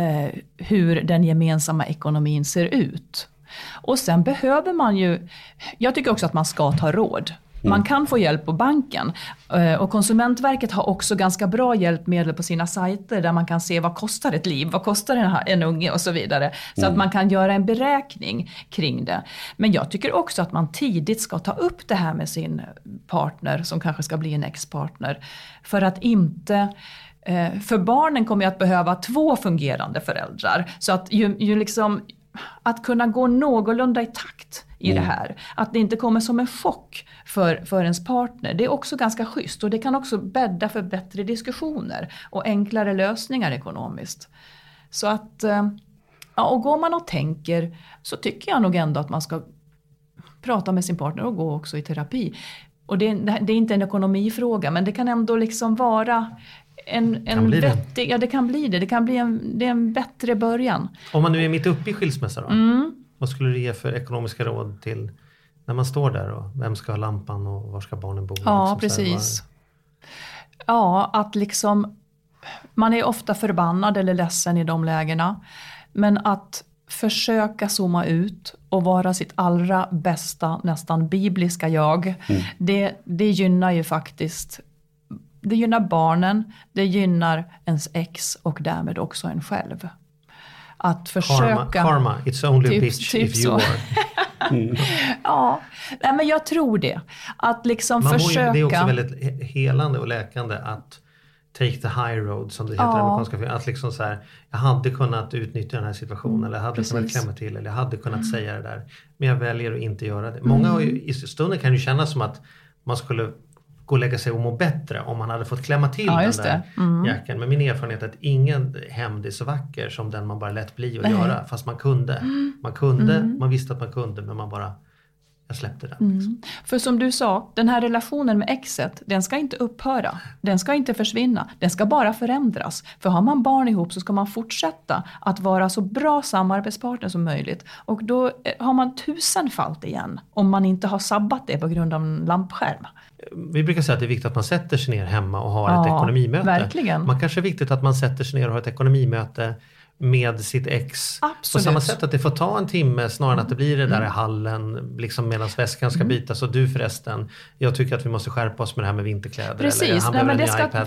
hur den gemensamma ekonomin ser ut. Och sen behöver man ju, jag tycker också att man ska ta råd. Man kan få hjälp på banken och Konsumentverket har också ganska bra hjälpmedel på sina sajter där man kan se vad kostar ett liv, vad kostar en unge och så vidare. Så att man kan göra en beräkning kring det. Men jag tycker också att man tidigt ska ta upp det här med sin partner som kanske ska bli en ex-partner. För att inte... För barnen kommer ju att behöva 2 fungerande föräldrar. Så att ju liksom... Att kunna gå någorlunda i takt i det här. Att det inte kommer som en chock för ens partner. Det är också ganska schysst. Och det kan också bädda för bättre diskussioner. Och enklare lösningar ekonomiskt. Så att, och går man och tänker så tycker jag nog ändå att man ska prata med sin partner och gå också i terapi. Och det är inte en ekonomifråga, men det kan ändå liksom vara en vettig... Ja, det kan bli det. Det kan bli en bättre början. Om man nu är mitt uppe i skilsmässa då? Vad skulle du ge för ekonomiska råd till när man står där? Och vem ska ha lampan och var ska barnen bo? Ja, precis. Ja, att liksom... Man är ofta förbannad eller ledsen i de lägena. Men att försöka zooma ut och vara sitt allra bästa, nästan bibliska jag. Det gynnar ju faktiskt... Det gynnar barnen, det gynnar ens ex och därmed också en själv. Att försöka... Karma, it's only a bitch if you are. Ja, nej, men jag tror det. Att liksom försöka... Det är också väldigt helande och läkande att take the high road, som det heter i amerikanska film. Att liksom så här, jag hade kunnat utnyttja den här situationen, eller jag hade kunnat klämma till, eller jag hade kunnat säga det där. Men jag väljer att inte göra det. Många har ju, i stunden kan ju kännas som att man skulle gå och lägga sig och må bättre om man hade fått klämma till den där jäkeln. Men min erfarenhet är att ingen hämnd är så vacker som den man bara lät bli att göra. Fast man kunde. Man visste att man kunde, men man bara... Jag släppte den. Liksom. För som du sa, den här relationen med exet, den ska inte upphöra. Den ska inte försvinna. Den ska bara förändras. För har man barn ihop så ska man fortsätta att vara så bra samarbetspartner som möjligt. Och då har man 1000-falt igen om man inte har sabbat det på grund av en lampskärm. Vi brukar säga att det är viktigt att man sätter sig ner hemma och har ett ekonomimöte. Verkligen. Man kanske är viktigt att man sätter sig ner och har ett ekonomimöte med sitt ex. Absolut. På samma sätt att det får ta en timme snarare än att det blir det där i hallen liksom medan väskan ska bytas. Och du förresten, jag tycker att vi måste skärpa oss med det här med vinterkläder. Precis, eller, men det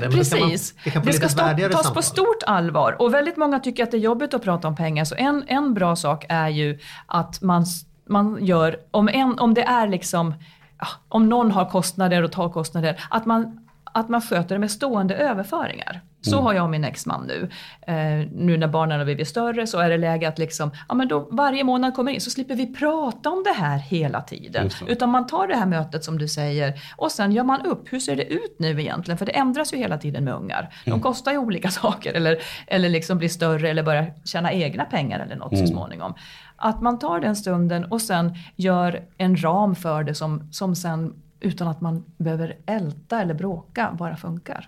ska tas på stort allvar. Och väldigt många tycker att det är jobbigt att prata om pengar. Så en bra sak är ju att man gör, om det är liksom, om någon har kostnader och tar kostnader, att man sköter det med stående överföringar. Så har jag och min exman nu. Nu när barnen har blivit större så är det läge att liksom, men då varje månad kommer in så slipper vi prata om det här hela tiden. Utan man tar det här mötet som du säger och sen gör man upp. Hur ser det ut nu egentligen? För det ändras ju hela tiden med ungar. De kostar ju olika saker eller liksom blir större eller börjar tjäna egna pengar eller något så småningom. Att man tar den stunden och sen gör en ram för det som sen utan att man behöver älta eller bråka bara funkar.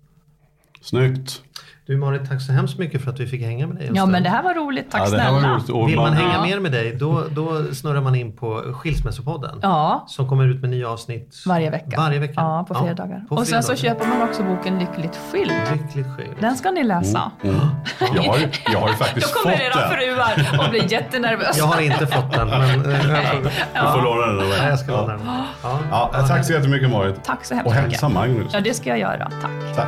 Snyggt. Du Marit, tack så hemskt mycket för att vi fick hänga med dig. Ja, men det här var roligt. Tack snälla. Vill man hänga mer med dig, då snurrar man in på Skilsmässopodden. Ja. Som kommer ut med nya avsnitt varje vecka. Ja, på fredagar. Och sen så köper man också boken Lyckligt skild. Den ska ni läsa. Jag har ju faktiskt fått den. Då kommer era fruar och blir jättenervösa. Jag har inte fått den. Men, du får låna den. Nej, jag ska låna den. Tack så jättemycket Marit. Tack så hemskt mycket. Och hälsa Magnus. Ja, det ska jag göra. Tack.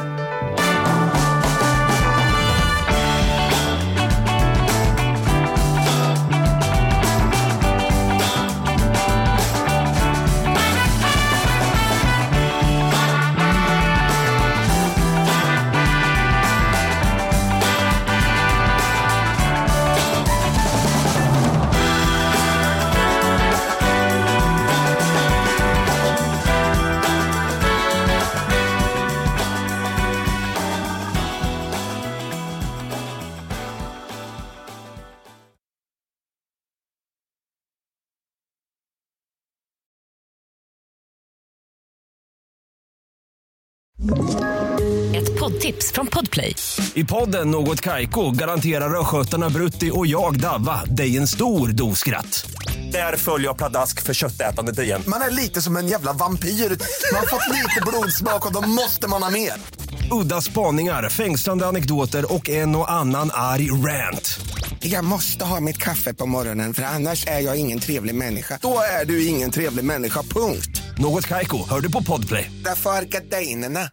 Ett poddtips från Podplay. I podden Något Kaiko garanterar röskötarna Brutti och jag Davva dig en stor doskratt. Där följer jag pladask för köttätandet igen. Man är lite som en jävla vampyr. Man har fått lite blodsmak och då måste man ha mer. Udda spaningar, fängslande anekdoter och en och annan arg rant. Jag måste ha mitt kaffe på morgonen för annars är jag ingen trevlig människa. Då är du ingen trevlig människa, punkt. Något Kaiko, hör du på Podplay. Därför är gardinerna.